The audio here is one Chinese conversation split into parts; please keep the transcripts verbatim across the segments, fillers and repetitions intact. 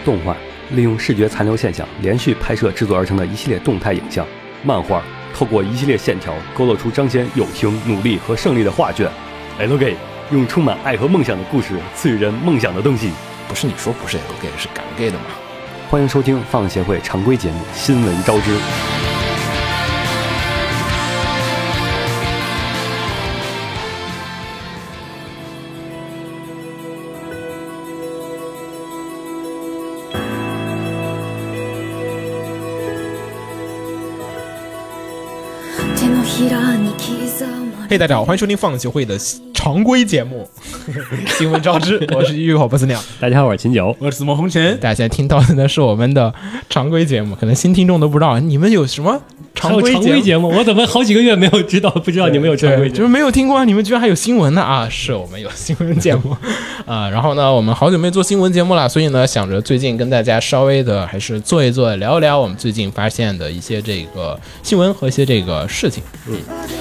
动画，利用视觉残留现象连续拍摄制作而成的一系列动态影像。漫画透过一系列线条勾勒出彰显友情、努力和胜利的画卷。L G 用充满爱和梦想的故事赐予人梦想的东西。 不是你说不是 L G 是敢 G 的吗？ 欢迎收听放协会常规节目《新闻招之》。 嘿、hey, 大家好，欢迎收听放协会的常规节目新闻招之，我是浴火不死鸟。 大家好，我是秦九， 我是紫陌红尘。 大家现在听到的呢是我们的常规节目，可能新听众都不知道你们有什么常规节目。 常规节目我怎么好几个月没有知道，不知道你们有常规节目， 就是没有听过，你们居然还有新闻呢啊！是我们有新闻节目啊。然后呢，我们好久没做新闻节目了，所以呢，想着最近跟大家稍微的还是做一做，聊一聊我们最近发现的一些这个新闻和一些这个事情。嗯。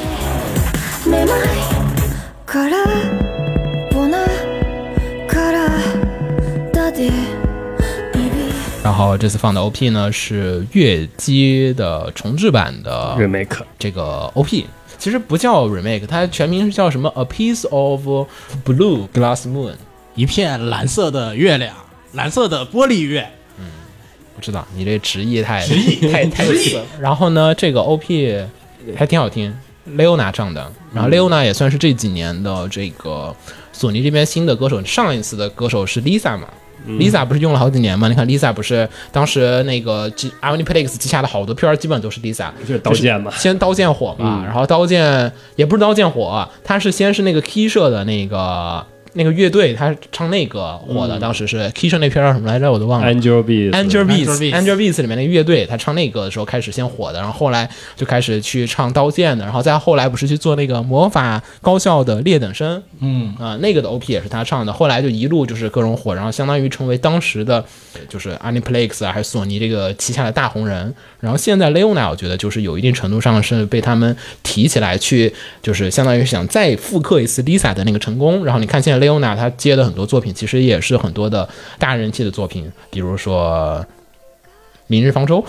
然后这次放的 O P 呢是月姬的重制版的 remake， 这个 O P 其实不叫 remake， 它全名是叫什么 A Piece of Blue Glass Moon， 一片蓝色的月亮，蓝色的玻璃月。 嗯，不知道你这直译太直译太太有意思。然后呢，这个 O P 还挺好听。Leona 唱的，然后 Leona 也算是这几年的这个索尼这边新的歌手。上一次的歌手是 Lisa 嘛、嗯、，Lisa 不是用了好几年嘛？你看 Lisa 不是当时那个 Aniplex 旗下的好多片基本都是 Lisa， 就是刀剑嘛， 先刀剑火嘛、嗯，然后刀剑也不是刀剑火，他是先是那个 Key 社的那个。那个乐队他唱那个火的、嗯、当时是 Kisha 那片叫什么来着我都忘了 Angel Beats Angel Beats Angel Beats 里面那个乐队他唱那个的时候开始先火的，然后后来就开始去唱刀剑的，然后再后来不是去做那个魔法高校的劣等生， 嗯啊、呃、那个的 O P 也是他唱的，后来就一路就是各种火，然后相当于成为当时的就是 Aniplex 啊还是索尼这个旗下的大红人。然后现在 Leona 我觉得就是有一定程度上是被他们提起来去就是相当于想再复刻一次 Lisa 的那个成功。然后你看现在 Leona 他接的很多作品其实也是很多的大人气的作品，比如说明日方舟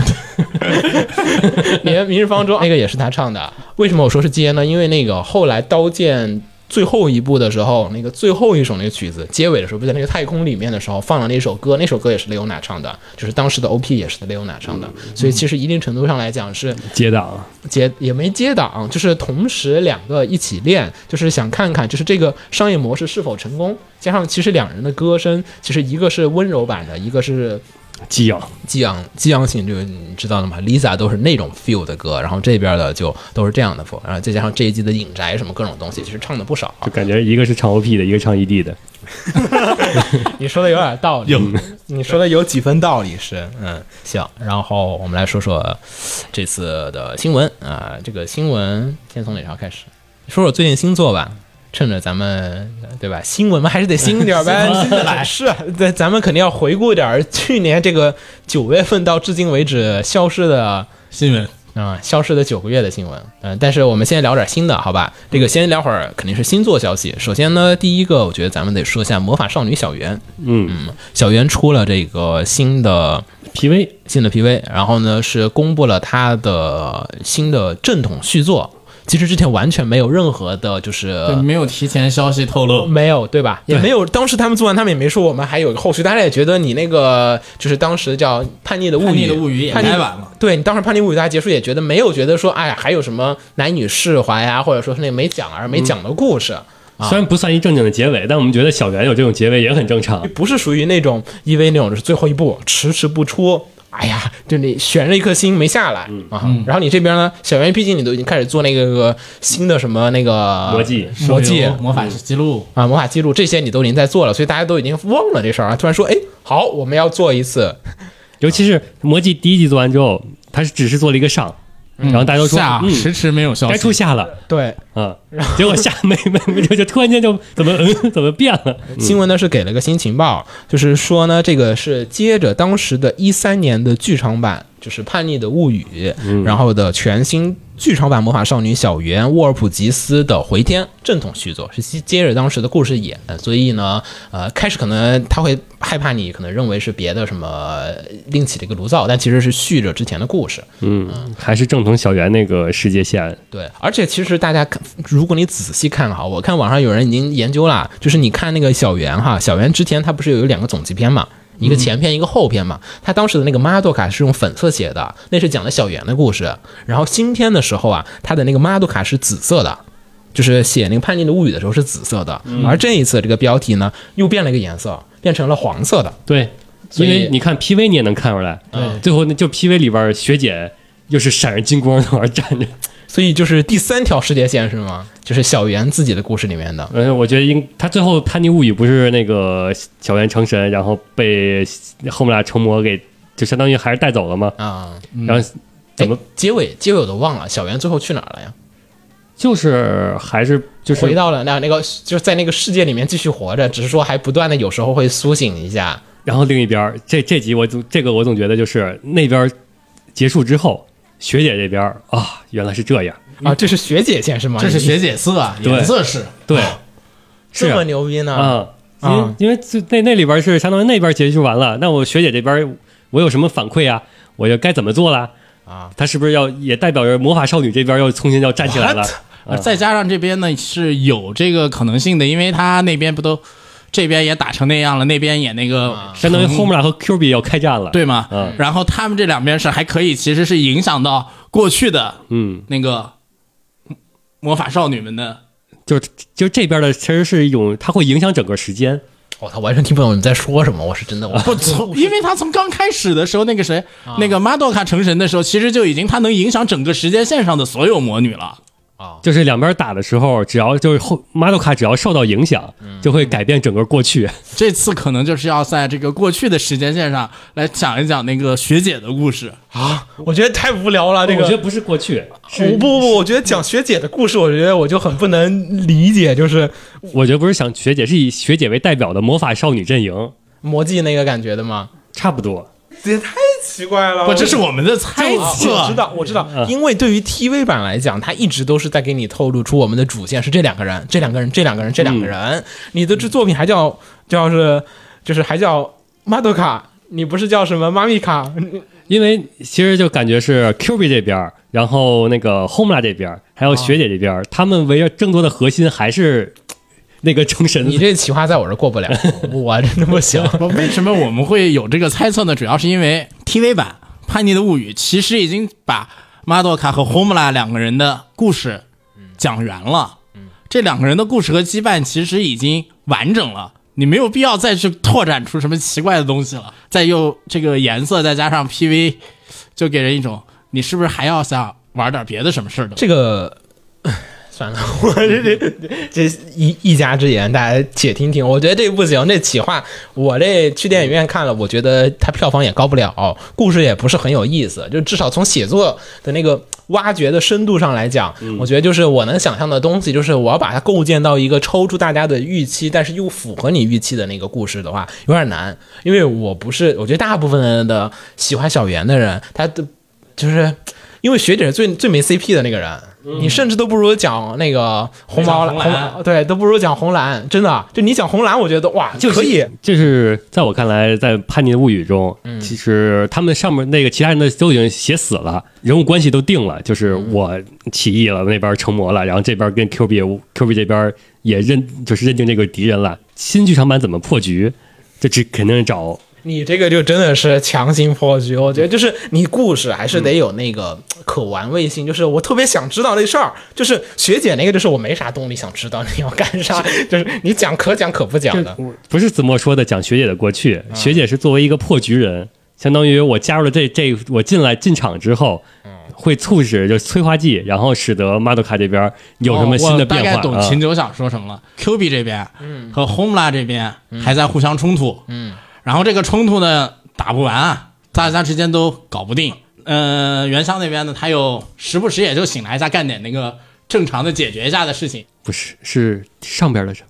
连明日方舟那个也是他唱的。为什么我说是接呢？因为那个后来刀剑最后一部的时候，那个最后一首那个曲子结尾的时候不在那个太空里面的时候放了那首歌，那首歌也是 Leona 唱的，就是当时的 O P 也是 Leona 唱的、嗯、所以其实一定程度上来讲是接档接也没接档，就是同时两个一起练，就是想看看就是这个商业模式是否成功。加上其实两人的歌声其实一个是温柔版的，一个是激昂激昂激昂性，这个你知道的吗？ Lisa 都是那种 feel 的歌，然后这边的就都是这样的 feel， 然后再加上这一季的影宅什么各种东西其实唱的不少， 就感觉一个是唱 O P 的，一个唱 E D 的你说的有点道理，你说的有几分道理是嗯行。然后我们来说说这次的新闻啊、呃，这个新闻先从哪条开始？说说最近星座吧，趁着咱们对吧，新闻嘛还是得新一点呗，新的来是，对，咱们肯定要回顾点去年这个九月份到至今为止消失的新闻啊、嗯，消失的九个月的新闻。嗯、呃，但是我们先聊点新的，好吧？这个先聊会儿肯定是星座消息。首先呢，第一个我觉得咱们得说一下魔法少女小圆， 嗯嗯，小圆出了这个新的 P V， 新的 P V， 然后呢是公布了他的新的正统续作。其实之前完全没有任何的，就是没有提前消息透露， 没有对吧？也没有，当时他们做完，他们也没说我们还有后续，大家也觉得你那个就是当时叫《叛逆的物语》，叛逆的物语也拍完了。 对，你当时《叛逆物语》大家结束也觉得没有觉得说，哎呀，还有什么男女释怀啊，或者说是那个没讲而没讲的故事。 嗯啊、虽然不算一正经的结尾，但我们觉得小圆有这种结尾也很正常， 不是属于那种因为那种就是最后一步迟迟不出。哎呀，就你悬着一颗心没下来、嗯、啊、嗯！然后你这边呢，小圆毕竟你都已经开始做那个新的什么那个魔技、 魔技、 魔法记录啊，魔法记录这些你都已经在做了，所以大家都已经忘了这事儿啊。突然说，哎，好，我们要做一次。 尤其是魔技第一季做完之后，他是只是做了一个上。然后大家都说下、嗯、迟迟没有消息， 该出下了， 对， 嗯，结果下没没没就就突然间就怎么嗯怎么变了？ 嗯、新闻呢是给了个新情报，就是说呢，这个是接着当时的一三年的剧场版，就是《叛逆的物语》，嗯、然后的全新剧场版魔法少女小圆沃尔普吉斯的回天正统续作，是接着当时的故事演，所以呢，呃，开始可能他会害怕你可能认为是别的什么另起的一个炉灶，但其实是续着之前的故事。 嗯，还是正统小圆那个世界线。 对，而且其实大家看，如果你仔细看哈，我看网上有人已经研究了，就是你看那个小圆哈，小圆之前他不是有两个总集篇嘛？一个前篇一个后篇嘛，他当时的那个马多卡是用粉色写的，那是讲的小圆的故事。然后新篇的时候啊，他的那个马多卡是紫色的，就是写那个叛逆的物语的时候是紫色的。而这一次这个标题呢，又变了一个颜色，变成了黄色的。 对，因为你看 P V 你也能看出来， 对， 最后那就 P V 里边学姐又是闪着金光在那儿站着。 所以就是第三条世界线是吗？就是小圆自己的故事里面的。 嗯，我觉得应他最后叛逆物语不是那个小圆成神，然后被后面俩成魔给就相当于还是带走了吗？ 啊， 然后怎么结尾结尾我都忘了，小圆最后去哪儿了呀？ 就是还是就是回到了那那个就是在那个世界里面继续活着，只是说还不断的有时候会苏醒一下。 然后另一边这这集我总这个我总觉得就是那边结束之后。学姐这边啊，原来是这样啊！这是学姐线是吗？ 这是学姐色啊，颜色是对， 这么牛逼呢啊！因为因为那那里边是相当于那边结束完了，那我学姐这边我有什么反馈啊？我就该怎么做了啊？ 她是不是要也代表着魔法少女这边要重新要站起来了？ 而再加上这边呢是有这个可能性的，因为他那边不都。这边也打成那样了，那边也那个、 啊、 相当于 Homura 和 Q B 要开战了， 对吗？ 嗯， 然后他们这两边是还可以，其实是影响到过去的， 嗯， 那个魔法少女们的， 就就这边的其实是一种，它会影响整个时间。 哦，他完全听不懂你在说什么，我是真的，我不从，因为他从刚开始的时候，那个谁，啊、那个马多卡成神的时候，其实就已经他能影响整个时间线上的所有魔女了。 啊， 就是两边打的时候，只要就是后马多卡只要受到影响，嗯、就会改变整个过去。 这次可能就是要在这个过去的时间线上来讲一讲那个学姐的故事啊！我觉得太无聊了，这个我觉得不是过去，是不不不，我觉得讲学姐的故事，我觉得我就很不能理解，就是我觉得不是想学姐，是以学姐为代表的魔法少女阵营， 魔祭那个感觉的吗？ 差不多。 这也太奇怪了！ 不，这是我们的猜测。 我知道，我知道， 嗯、 因为对于 T V 版来讲，它一直都是在给你透露出我们的主线是这两个人，这两个人，这两个人，这两个人。嗯、你的这作品还叫叫是就是还叫马多卡，你不是叫什么妈咪卡？ 因为其实就感觉是 Q B 这边，然后那个 Homura 这边，还有学姐这边，哦、他们围绕更多的核心还是。那个成神， 你这企划在我这过不了，我真的不行。 为什么我们会有这个猜测呢？主要是因为 T V 版《叛逆的物语》其实已经把马多卡和 Homura 两个人的故事讲圆了，嗯、这两个人的故事和羁绊其实已经完整了，你没有必要再去拓展出什么奇怪的东西了。再用这个颜色再加上 P V， 就给人一种你是不是还要想玩点别的什么事的？ 这个。算了，我这这这一一家之言，大家且听听。我觉得这不行，这企划我这去电影院看了，我觉得它票房也高不了，故事也不是很有意思。就至少从写作的那个挖掘的深度上来讲，嗯、我觉得就是我能想象的东西，就是我要把它构建到一个超出大家的预期，但是又符合你预期的那个故事的话，有点难。因为我不是，我觉得大部分的喜欢小圆的人，他的就是因为学姐是最最没 C P 的那个人。你甚至都不如讲那个红毛红蓝， 对，都不如讲红蓝，真的。就你讲红蓝，我觉得哇，就可以。 就是在我看来，在《叛逆的物语》中，嗯、其实他们上面那个其他人的都已经写死了，人物关系都定了。就是我起义了，那边成魔了，然后这边跟 Q B Q B 这边也认，就是认定这个敌人了。新剧场版怎么破局？这只肯定是找。 你这个就真的是强行破局，我觉得就是你故事还是得有那个可玩味性，就是我特别想知道那事儿，就是学姐那个就是我没啥动力想知道你要干啥，就是你讲可讲可不讲的。 不是子墨说的讲学姐的过去，嗯、学姐是作为一个破局人，相当于我加入了这这我进来进场之后，嗯、会促使就催化剂，然后使得马多卡这边有什么新的变化。 哦、我大概懂秦九想说什么了。嗯、Q B 这边和 Homura 这边还在互相冲突，嗯。然后这个冲突呢打不完，大家之间都搞不定。呃，原乡那边呢，他又时不时也就醒来一下，干点那个正常的解决一下的事情。 不是，是上边的人。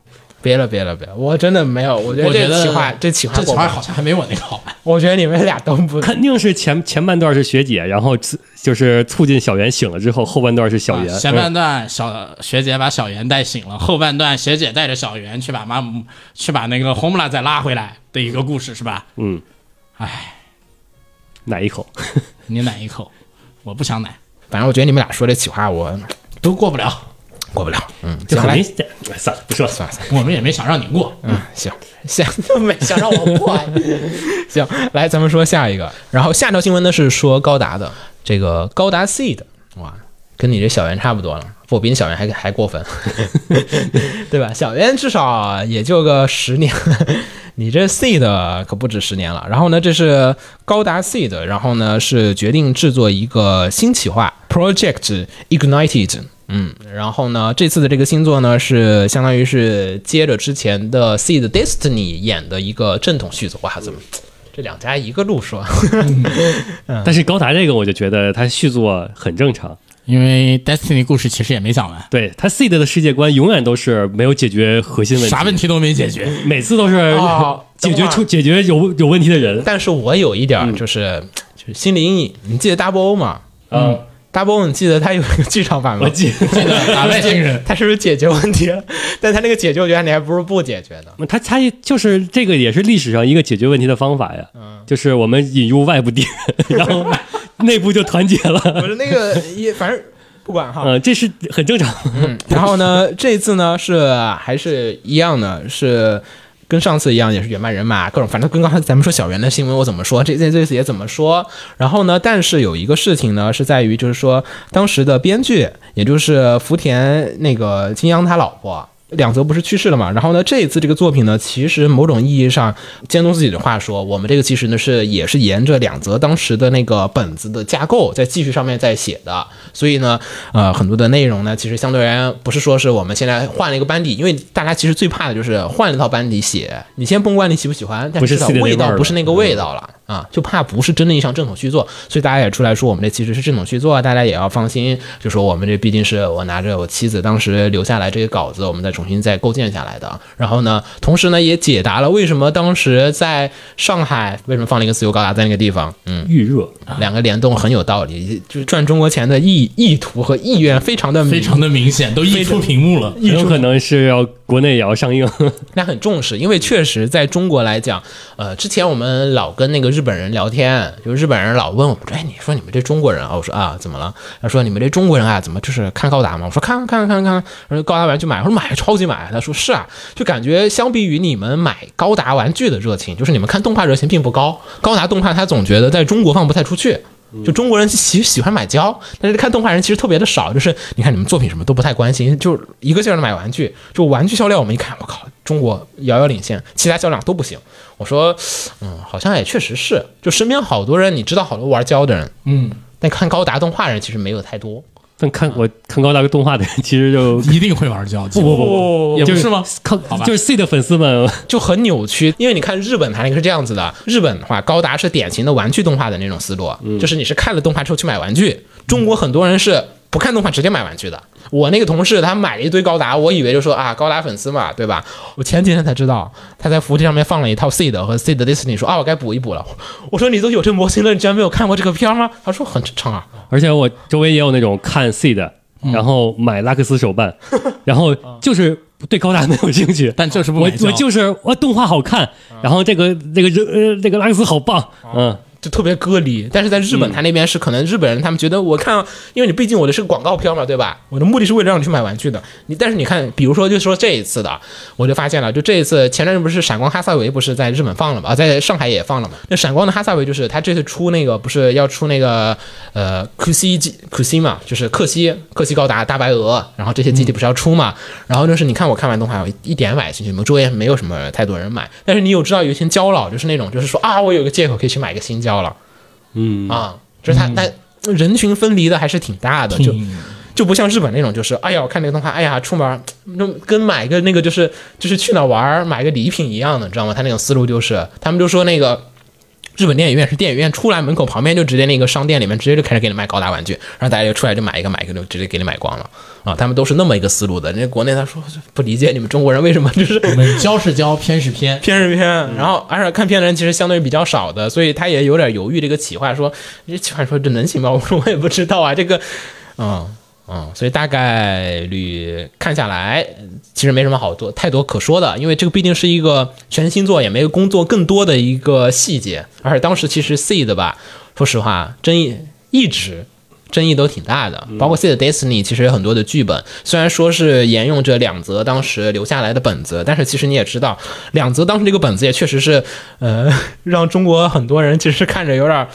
别了别了别了，我真的没有，我觉得我觉得这企划这企划这企划过分好像还没我那个好玩。 我觉得你们俩都不肯定是前前半段是学姐，然后就是促进小圆醒了之后，后半段是小圆。 啊前半段小学姐把小圆带醒了，后半段学姐带着小圆去把妈去把那个红木拉再拉回来的一个故事是吧？ 嗯， 唉， 奶一口。 你奶一口，我不想奶， 反正我觉得你们俩说这企划我都过不了， 过不了。嗯，行来就很明显。算了，不说了。 算了算了。 我们也没想让你过。 嗯，行行，没想让我过。行，来，咱们说下一个。然后下条新闻呢是说高达的这个高达 Seed， 哇，跟你这小圆差不多了，不比你小圆还还过分，对吧？小圆至少也就个十年，你这 Seed 可不止十年了。然后呢，这是高达 Seed， 然后呢是决定制作一个新企划 Project Ignited。嗯，然后呢，这次的这个新作呢，是相当于是接着之前的《Seed Destiny》演的一个正统续作。哇，怎么这两家一个路说？ 但是高达这个，我就觉得它续作很正常， 因为 Destiny 故事其实也没讲完， 对它 Seed 的世界观永远都是没有解决核心问题， 啥问题都没解决。 每次都是哦解决出解决有有问题的人。 但是我有一点儿就是、就是心理阴影，你记得 Double O 吗？ 嗯， Double O 你记得它有一个剧场版吗？ 我记得记得打外星人， 他是不是解决问题了？但他那个解决，我觉得你还不如不解决的。 它它就是这个也是历史上一个解决问题的方法呀，就是我们引入外部敌人，然后内部就团结了。 不是那个也反正不管哈。 嗯，这是很正常。 嗯，然后呢，这次呢是还是一样的，是跟上次一样，也是原班人马，各种反正跟刚才咱们说小圆的新闻我怎么说，这这这次也怎么说。然后呢，但是有一个事情呢，是在于就是说当时的编剧，也就是福田那个金央他老婆。两泽不是去世了嘛？然后呢，这一次这个作品呢，其实某种意义上，监督自己的话说，我们这个其实呢是也是沿着两泽当时的那个本子的架构在继续上面在写的，所以呢，呃，很多的内容呢，其实相对而言不是说是我们现在换了一个班底，因为大家其实最怕的就是换了一套班底写，你先甭管你喜不喜欢，但是至少味道不是那个味道了。啊，就怕不是真正意义上正统续作，所以大家也出来说我们这其实是正统续作，大家也要放心，就说我们这毕竟是我拿着我妻子当时留下来这个稿子，我们再重新再构建下来的。然后呢，同时呢也解答了为什么当时在上海为什么放了一个自由高达在那个地方，嗯， 预热， 两个联动很有道理，就是赚中国钱的意意图和意愿非常的非常的明显，都溢出屏幕了。 有可能是要国内也要上映。 那很重视，因为确实在中国来讲，呃，之前我们老跟那个日本人聊天，就日本人老问我们说，哎，你说你们这中国人啊，我说啊，怎么了？他说你们这中国人啊，怎么就是看高达吗？我说看看看看看，说高达玩具买，我说买超级买。他说是啊，就感觉相比于你们买高达玩具的热情，就是你们看动画热情并不高。高达动画他总觉得在中国放不太出去。就中国人喜喜欢买胶，但是看动画人其实特别的少。就是你看你们作品什么都不太关心，就一个劲儿的买玩具。就玩具销量我们一看，我靠，中国遥遥领先，其他销量都不行。我说，嗯，好像也确实是。就身边好多人，你知道好多玩胶的人， 嗯， 但看高达动画人其实没有太多。 但看我看高达动画的人，其实就一定会玩胶。 不不不不， 也不是吗？ 看就是 C 的粉丝们就很扭曲，因为你看日本它那个是这样子的，日本的话高达是典型的玩具动画的那种思路，就是你是看了动画之后去买玩具。中国很多人是不看动画直接买玩具的。我那个同事他买了一堆高达，我以为就说啊高达粉丝嘛，对吧？我前几天才知道他在服务器上面放了一套 Seed 和 Seed Destiny， 说啊我该补一补了。我说你都有这模型了，你居然没有看过这个片吗？他说很正常啊。 而且我周围也有那种看 C 的，然后买拉克斯手办，然后就是对高达没有兴趣， 但就是不我买胶我就是我动画好看，然后这个这个呃这个拉克斯好棒，嗯。 就特别割离，但是在日本，他那边是可能日本人他们觉得，我看，因为你毕竟我的是个广告片嘛，对吧？我的目的是为了让你去买玩具的。你但是你看，比如说就说这一次的，我就发现了，就这一次前阵不是闪光哈萨维不是在日本放了嘛，啊，在上海也放了嘛。那闪光的哈萨维就是他这次出那个不是要出那个呃克西克西嘛，就是克西克西高达大白鹅，然后这些机体不是要出嘛？然后就是你看我看完动画，我一点买进去，我们周围没有什么太多人买，但是你有知道有一群胶佬，就是那种就是说啊，我有个借口可以去买个新胶了。 嗯啊，就是他那人群分离的还是挺大的，就就不像日本那种，就是哎呀，我看那个动画，哎呀，出门就跟买个那个就是就是去哪玩买个礼品一样的，知道吗？他那种思路就是，他们就说那个日本电影院是电影院出来门口旁边就直接那个商店里面直接就开始给你卖高达玩具，然后大家就出来就买一个买一个就直接给你买光了啊！他们都是那么一个思路的。人家国内他说不理解你们中国人为什么就是我们教是教，偏是偏， 偏是偏，然后而且看片的人其实相对比较少的，所以他也有点犹豫这个企划，说这企划说这能行吗？我说我也不知道啊，这个，嗯。嗯，所以大概率看下来，其实没什么好多太多可说的，因为这个毕竟是一个全新作，也没有工作更多的一个细节。而且当时其实 C 的吧，说实话，争议一直争议都挺大的，包括 C 的 Destiny 其实有很多的剧本，虽然说是沿用着两则当时留下来的本子，但是其实你也知道，两则当时这个本子也确实是，呃，让中国很多人其实看着有点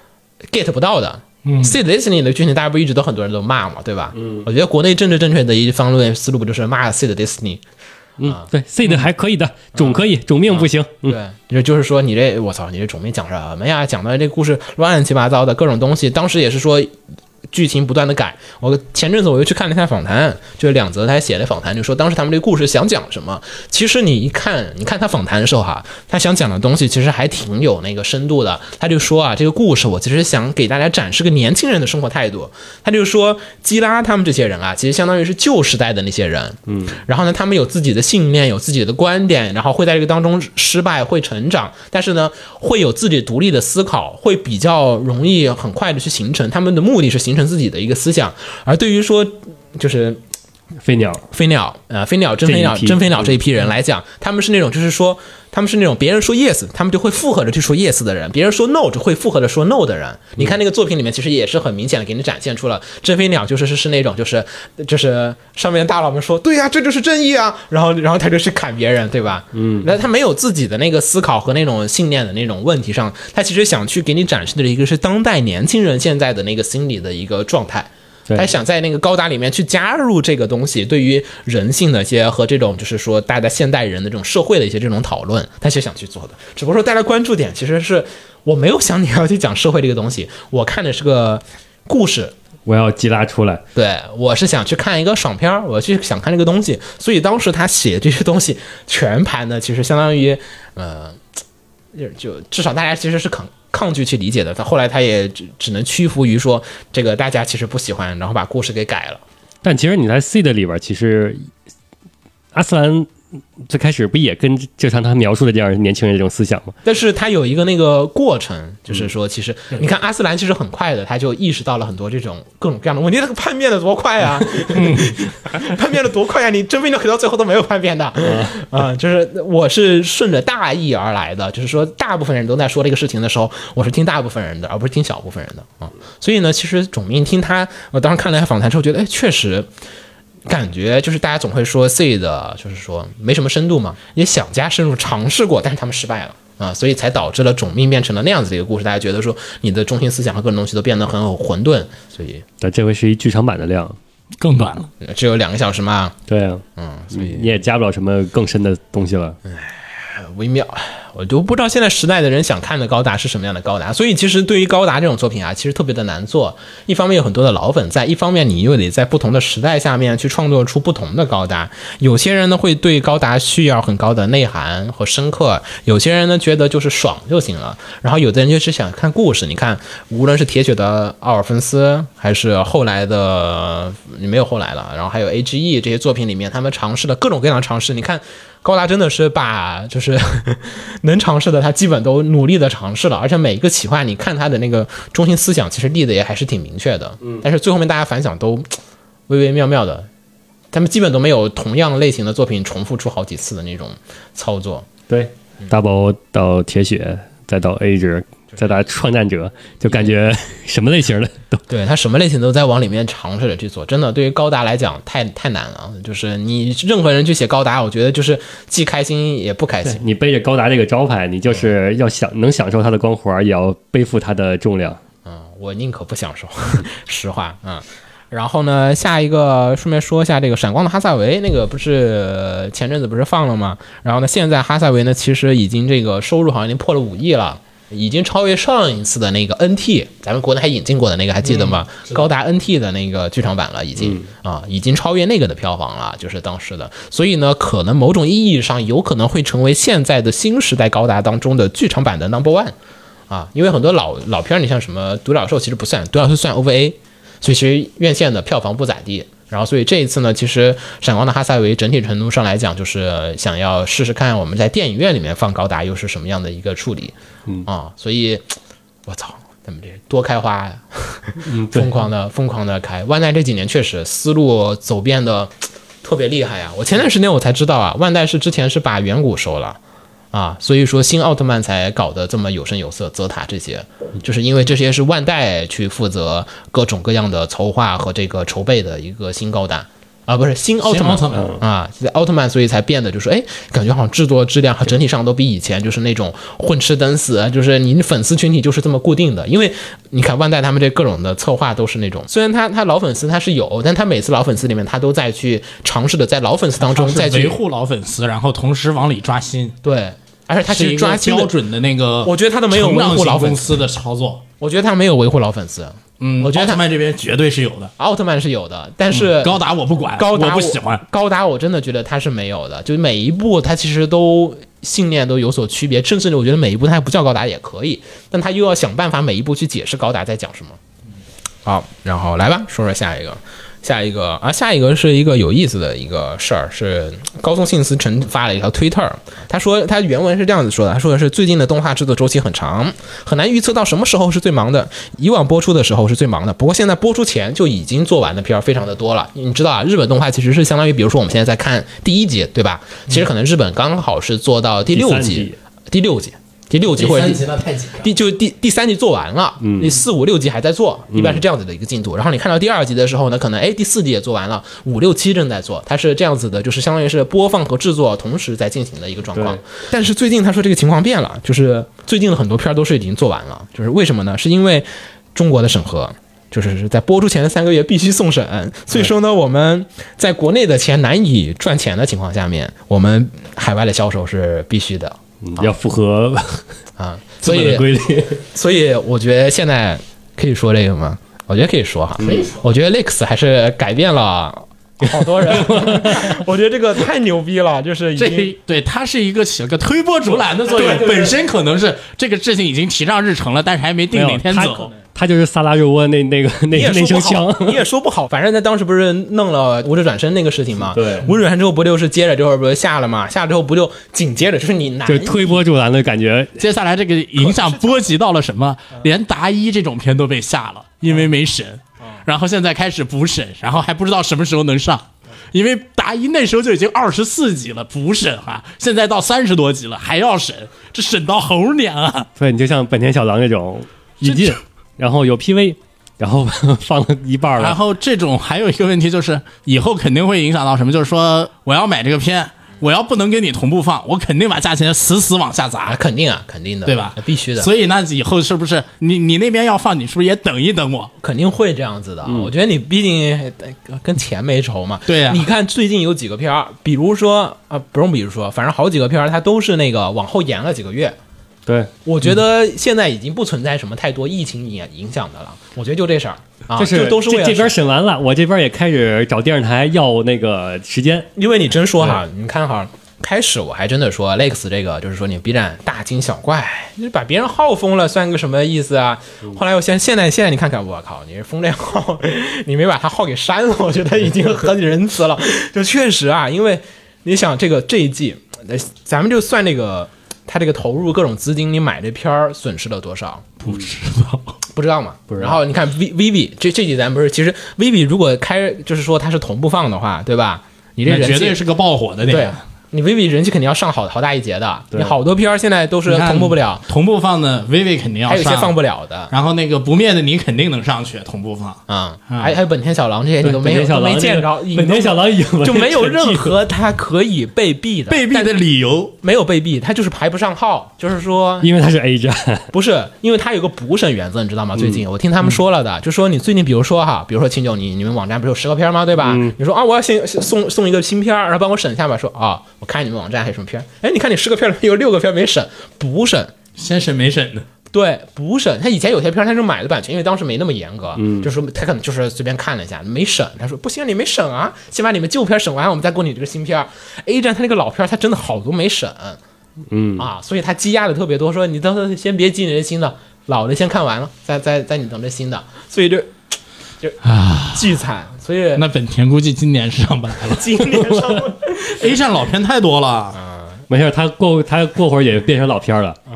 get 不到的。嗯 ，C Destiny 的剧情大家不一直都很多人都骂嘛，对吧？嗯，我觉得国内政治正确的一方论思路不就是骂 C 的 Destiny？ 嗯，啊、对 ，C 的还可以的，种可以，种命不行。 嗯、对，就是说你这我操，你这种命讲什么呀？讲的这故事乱七八糟的各种东西，当时也是说。剧情不断的改，我前阵子我又去看了一下访谈，就是两则他写的访谈，就说当时他们这个故事想讲什么。其实你一看，你看他访谈的时候哈，他想讲的东西其实还挺有那个深度的。他就说啊，这个故事我其实想给大家展示个年轻人的生活态度。他就说基拉他们这些人啊，其实相当于是旧时代的那些人，嗯，然后呢，他们有自己的信念，有自己的观点，然后会在这个当中失败，会成长，但是呢，会有自己独立的思考，会比较容易很快的去形成。他们的目的是形成自己的一个思想，而对于说就是飞鸟飞鸟呃飞鸟真飞鸟真飞鸟这一批人来讲，他们是那种就是说他们是那种别人说 yes 他们就会附和着去说 yes 的人，别人说 no 就会附和着说 no 的人。你看那个作品里面其实也是很明显的给你展现出了真飞鸟就是是是那种就是就是上面的大佬们说对呀、啊、这就是正义啊，然后然后他就去砍别人，对吧？嗯，那他没有自己的那个思考和那种信念的那种问题上，他其实想去给你展示的一个是当代年轻人现在的那个心理的一个状态。他想在那个高达里面去加入这个东西，对于人性的一些和这种就是说大家现代人的这种社会的一些这种讨论，他是想去做的。只不过说大家关注点其实是我没有想你要去讲社会这个东西，我看的是个故事， 我要激拉出来。 对，我是想去看一个爽片，我去想看这个东西，所以当时他写这些东西全盘的，其实相当于呃，就至少大家其实是肯。抗拒去理解的，他后来他也只只能屈服于说这个大家其实不喜欢，然后把故事给改了。 但其实你在 C 的里边，其实阿斯兰最开始不也跟就像他描述的这样年轻人这种思想吗？但是他有一个那个过程，就是说其实、嗯、你看阿斯兰其实很快的他就意识到了很多这种各种各样的问题，那个叛变的多快啊、嗯、叛变的多快啊，你真飞鸟到最后都没有叛变的啊、呃，就是我是顺着大意而来的，就是说大部分人都在说这个事情的时候，我是听大部分人的而不是听小部分人的啊、嗯，所以呢其实种命听他，我当时看了一下访谈之后觉得哎确实感觉就是大家总会说 C 的就是说没什么深度嘛，也想加深入尝试过，但是他们失败了啊，所以才导致了种命变成了那样子的一个故事。大家觉得说你的中心思想和各种东西都变得很有混沌，所以但这回是一剧场版的量更短了， 只有两个小时嘛。 对啊， 嗯，所以你也加不了什么更深的东西了。 唉，微妙。我就不知道现在时代的人想看的高达是什么样的高达，所以其实对于高达这种作品啊，其实特别的难做。一方面有很多的老粉在，一方面你又得在不同的时代下面去创作出不同的高达。有些人呢会对高达需要很高的内涵和深刻，有些人呢觉得就是爽就行了，然后有的人就是想看故事。你看，无论是铁血的奥尔芬斯，还是后来的没有后来了，然后还有 A G E 这些作品里面，他们尝试了各种各样的尝试。你看。高达真的是把就是能尝试的他基本都努力的尝试了，而且每一个企划你看他的那个中心思想其实立的也还是挺明确的，但是最后面大家反响都微微妙妙的，他们基本都没有同样类型的作品重复出好几次的那种操作。 对，大包到铁血再到 A 值再到创战者，就感觉什么类型的都对，他什么类型都在往里面尝试着去做。真的对于高达来讲太太难了，就是你任何人去写高达，我觉得就是既开心也不开心。 你背着高达这个招牌，你就是要享能享受它的光环，也要背负它的重量。 嗯，我宁可不享受实话。嗯，然后呢，下一个顺便说一下这个闪光的哈萨维，那个不是前阵子不是放了吗？然后呢，现在哈萨维呢其实已经这个收入好像已经破了五亿了，已经超越上一次的那个 N T， 咱们国内还引进过的那个还记得吗？嗯、高达 N T 的那个剧场版了，已经、嗯、啊，已经超越那个的票房了，就是当时的。所以呢，可能某种意义上有可能会成为现在的新时代高达当中的剧场版的 number one。 啊，因为很多老老片儿，你像什么独角兽其实不算，独角兽算 O V A， 所以其实院线的票房不咋地。然后所以这一次呢，其实闪光的哈萨维整体程度上来讲，就是想要试试看我们在电影院里面放高达又是什么样的一个处理， 嗯啊，所以我操，咱们这多开花呀， 嗯， 疯狂的疯狂的开。万代这几年确实思路走遍的特别厉害呀！我前段时间我才知道啊，万代是之前是把远古收了。啊，所以说新奥特曼才搞得这么有声有色，泽塔这些，就是因为这些是万代去负责各种各样的筹划和这个筹备的一个新高达啊，不是新奥特曼新奥特曼啊，奥特曼，所以才变得就是哎，感觉好像制作质量和整体上都比以前就是那种混吃等死，就是你粉丝群体就是这么固定的，因为你看万代他们这各种的策划都是那种，虽然他他老粉丝他是有，但他每次老粉丝里面他都在去尝试的在老粉丝当中再去维护老粉丝，然后同时往里抓新， 对。而且他其实抓新标准的那个， 我觉得他都没有维护老粉丝的操作。 我觉得他没有维护老粉丝。 嗯， 我觉得奥特曼这边绝对是有的， 奥特曼是有的，但是、 嗯、高达我不管， 高达我不喜欢。 高达我真的觉得他是没有的，就每一部他其实都信念都有所区别，甚至我觉得每一部他还不叫高达也可以，但他又要想办法每一部去解释高达在讲什么。好，然后来吧，说说下一个。下一个啊，下一个是一个有意思的一个事儿，是高松信司曾发了一条推特，他说他原文是这样子说的，他说的是最近的动画制作周期很长，很难预测到什么时候是最忙的，以往播出的时候是最忙的，不过现在播出前就已经做完的片儿非常的多了。你知道啊，日本动画其实是相当于，比如说我们现在在看第一集，对吧？其实可能日本刚好是做到第六集，第六集。第六集或者第集那太紧第就第第三集做完了， 嗯， 第四五六集还在做，一般是这样子的一个进度。然后你看到第二集的时候呢，可能哎第四集也做完了，五六七正在做，它是这样子的，就是相当于是播放和制作同时在进行的一个状况。但是最近他说这个情况变了，就是最近的很多片都是已经做完了，就是为什么呢？是因为中国的审核。就是在播出前的三个月必须送审，所以说呢，我们在国内的钱难以赚钱的情况下面，我们海外的销售是必须的。 嗯、要符合啊，所以规律， 所以我觉得现在可以说这个吗？我觉得可以说哈， 可以说。 我觉得 Lex 还是改变了好多人，我觉得这个太牛逼了，就是已经这对它是一个起了个推波助澜的作用， 对对对本身可能是这个事情已经提上日程了，但是还没定哪天走。 他就是萨拉热窝那那个那那声枪， 你也说不好。反正在当时不是弄了无者转身那个事情嘛？ 对， 无者转身之后不就是接着之后不是下了嘛？下了之后不就紧接着就是你难就推波助澜的感觉。 接下来这个影响波及到了什么？连达一这种片都被下了，因为没审。然后现在开始补审，然后还不知道什么时候能上。因为达一那时候就已经二十四集了，补审啊，现在到三十多集了还要审，这审到猴年啊！ 对，你就像本田小狼这种引进，然后有 P V， 然后放了一半了。 然后这种还有一个问题就是，以后肯定会影响到什么？就是说，我要买这个片，我要不能跟你同步放，我肯定把价钱死死往下砸， 啊、肯定啊，肯定的， 对吧？ 必须的。 所以那以后是不是你你那边要放，你是不是也等一等我？ 肯定会这样子的。嗯、我觉得你毕竟跟钱没仇嘛。 对呀、啊。 你看最近有几个片儿，比如说啊，不用比如说，反正好几个片儿，它都是那个往后延了几个月。 对， 我觉得现在已经不存在什么太多疫情影影响的了。我觉得就这事儿啊， 就是都是为了这边审完了，我这边也开始找电视台要那个时间。 因为你真说哈，你看哈，开始我还真的说 Lex 这个就是说你 B 站大惊小怪，你把别人号封了算个什么意思啊？嗯、后来我现现在现在你看看，我靠，你是封这号，你没把他号给删了，我觉得已经很仁慈了。就确实啊，因为你想这个这一季，咱们就算那个。他这个投入各种资金，你买这片儿损失了多少？ 不知道， 不知道嘛？不知道。然后你看 V V V 这这集咱不是，其实 V V 如果开就是说它是同步放的话，对吧？你这人气绝对是个爆火的点。 对，你 V V 人气肯定要上好好大一截的。你好多片儿现在都是同步不了， 同步放的 V V 肯定要上， 还有一些放不了的。 然后那个不灭的你肯定能上去同步放啊、嗯，还还有本田小狼这些你都没有都没见着， 本田小狼就没有任何它可以被毙的被毙的理由， 没有被毙，它就是排不上号，就是说因为它是 A 站， 不是因为它有个补审原则，你知道吗？最近、嗯、我听他们说了的，嗯、就说你最近比如说哈，比如说秦九你你们网站不是有十个片吗？对吧？嗯、你说啊，我要先送送一个新片，然后帮我审一下吧，说啊，我看你们网站还有什么片。哎，你看你十个片里有六个片没审，补审， 先审没审的。 对，补审。他以前有些片他是买的版权，因为当时没那么严格， 嗯， 就是他可能就是随便看了一下，没审。他说不行，你没审啊，先把你们旧片审完，我们再过你这个新片。A 站他那个老片他真的好多没审， 嗯啊，所以他积压的特别多，说你等等先别积你的新的，老的先看完了，再再再你等着新的，所以这就啊， 巨惨，所以那本田估计今年是上不来了。 今年上不 A 站老片太多了， 没事，他过他过会儿也变成老片了。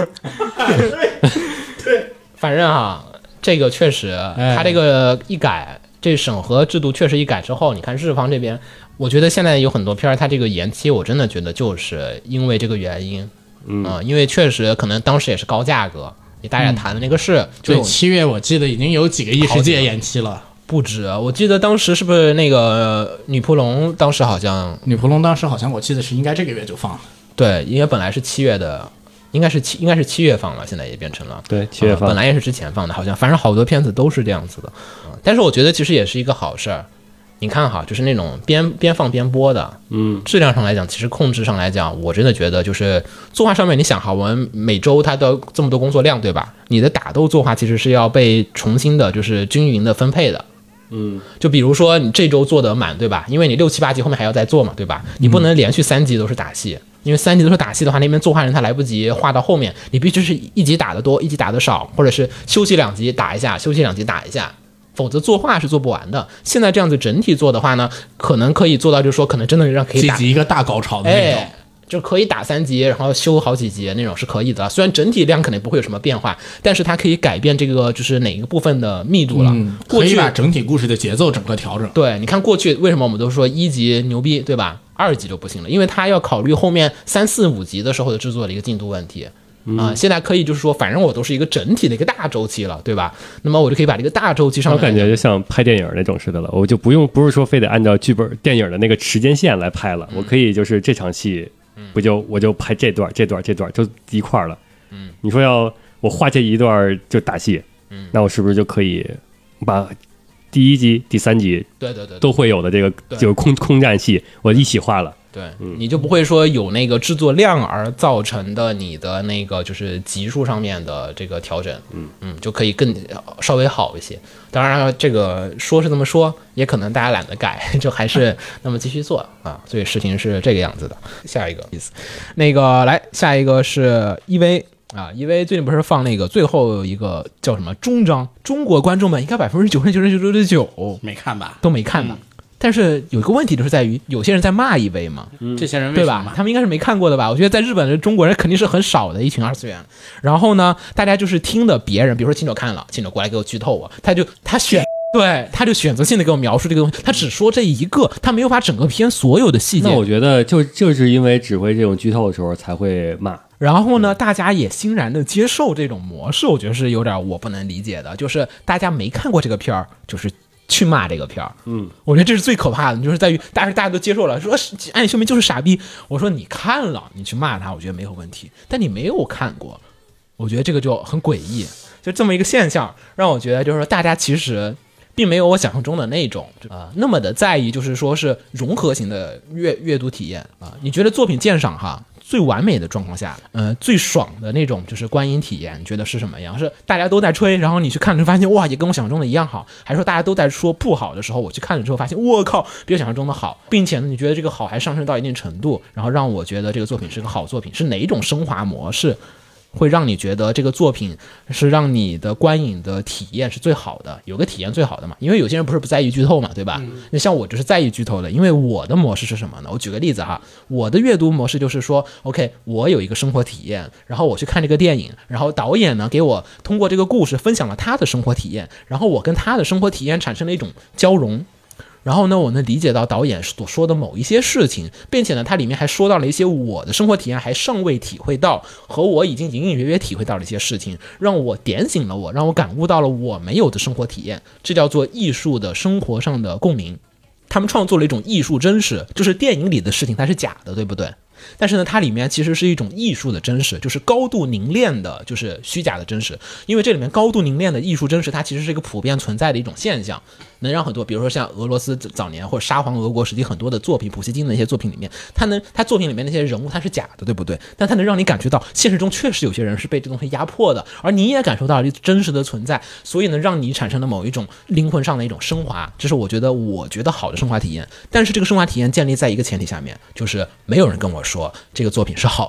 反正哈，这个确实， 哎他这个一改，这审核制度确实一改之后，你看日方这边，我觉得现在有很多片儿，它这个延期，我真的觉得就是因为这个原因， 嗯啊因为确实可能当时也是高价格，你大家谈的那个事，就对，七月我记得已经有几个异世界延期了。 不止，我记得当时是不是那个女仆龙，当时好像女仆龙当时好像我记得是应该这个月就放的， 对，因为本来是七月的。应该是七，应该是七月放了，现在也变成了对，七月份、 呃本来也是之前放的，好像反正好多片子都是这样子的。嗯但是我觉得其实也是一个好事儿。你看哈，就是那种边边放边播的， 嗯， 质量上来讲，其实控制上来讲，我真的觉得就是作画上面，你想哈，我们每周它都这么多工作量，对吧？你的打斗作画其实是要被重新的，就是均匀的分配的。 嗯， 就比如说你这周做得满，对吧？因为你六七八集后面还要再做嘛，对吧？你不能连续三集都是打戏，因为三集都是打戏的话，那边作画人他来不及画到后面，你必须是一集打得多，一集打得少，或者是休息两集打一下，休息两集打一下，否则作画是做不完的。现在这样子整体做的话呢，可能可以做到，就是说可能真的让可以打几集一个大高潮的那种。 哎，就可以打三集，然后修好几集那种是可以的。虽然整体量可能不会有什么变化，但是它可以改变这个就是哪一个部分的密度了。 嗯， 过去可以把整体故事的节奏整个调整。 对，你看过去为什么我们都说一集牛逼，对吧？二集就不行了，因为它要考虑后面三四五集的时候的制作的一个进度问题。啊、现在可以就是说，反正我都是一个整体的一个大周期了，对吧？那么我就可以把这个大周期上面， 我感觉就像拍电影那种似的了，我就不用不是说非得按照剧本电影的那个时间线来拍了，我可以就是这场戏，不就我就拍这段这段这段就一块儿了。嗯，你说要我画这一段就打戏，嗯，那我是不是就可以把第一集、第三集对对对对都会有的这个就是空空战戏，我一起画了？ 对，你就不会说有那个制作量而造成的你的那个就是集数上面的这个调整，嗯嗯，就可以更稍微好一些。当然，这个说是这么说，也可能大家懒得改，就还是那么继续做啊。所以事情是这个样子的。下一个意思，那个来下一个是 E V。啊，因为最近不是放那个最后一个叫什么终章，中国观众们应该百分之九十九十九点九没看吧？ 都没看吧？但是有一个问题就是在于，有些人在骂一位嘛， 这些人为对吧？ 什么骂？ 他们应该是没看过的吧？我觉得在日本的中国人肯定是很少的一群二次元。然后呢，大家就是听的别人，比如说秦九看了，秦九过来给我剧透我，他就他选。对，他就选择性的给我描述这个东西，他只说这一个，他没有把整个片所有的细节。 那我觉得就就是因为只会这种剧透的时候才会骂。 然后呢，大家也欣然的接受这种模式，我觉得是有点我不能理解的，就是大家没看过这个片儿，就是去骂这个片儿。 嗯， 我觉得这是最可怕的，就是在于大家大家都接受了，说暗夜秀明就是傻逼。我说你看了，你去骂他，我觉得没有问题，但你没有看过，我觉得这个就很诡异。就这么一个现象，让我觉得就是说大家其实并没有我想象中的那种啊、呃、那么的在意，就是说是融合型的阅阅读体验啊、呃。你觉得作品鉴赏哈？最完美的状况下，呃，最爽的那种就是观影体验，你觉得是什么样？是大家都在吹，然后你去看就发现哇，也跟我想象中的一样好，还是说大家都在说不好的时候，我去看了之后发现我靠，比我想象中的好，并且呢，你觉得这个好还上升到一定程度，然后让我觉得这个作品是个好作品，是哪一种升华模式？会让你觉得这个作品是让你的观影的体验是最好的，有个体验最好的嘛？因为有些人不是不在意剧透嘛，对吧？那、嗯、像我就是在意剧透的，因为我的模式是什么呢？我举个例子哈，我的阅读模式就是说 ，OK， 我有一个生活体验，然后我去看这个电影，然后导演呢给我通过这个故事分享了他的生活体验，然后我跟他的生活体验产生了一种交融。然后呢，我能理解到导演所说的某一些事情，并且呢，它里面还说到了一些我的生活体验还尚未体会到，和我已经隐隐约约体会到的一些事情，让我点醒了我，让我感悟到了我没有的生活体验，这叫做艺术的生活上的共鸣。他们创作了一种艺术真实，就是电影里的事情它是假的，对不对？但是呢，它里面其实是一种艺术的真实，就是高度凝练的，就是虚假的真实。因为这里面高度凝练的艺术真实，它其实是一个普遍存在的一种现象，能让很多，比如说像俄罗斯早年或者沙皇俄国时期很多的作品，普希金的那些作品里面，它能，它作品里面那些人物它是假的，对不对？但它能让你感觉到现实中确实有些人是被这东西压迫的，而你也感受到了真实的存在，所以呢，让你产生了某一种灵魂上的一种升华。这是我觉得我觉得好的升华体验。但是这个升华体验建立在一个前提下面，就是没有人跟我说这个作品是好的，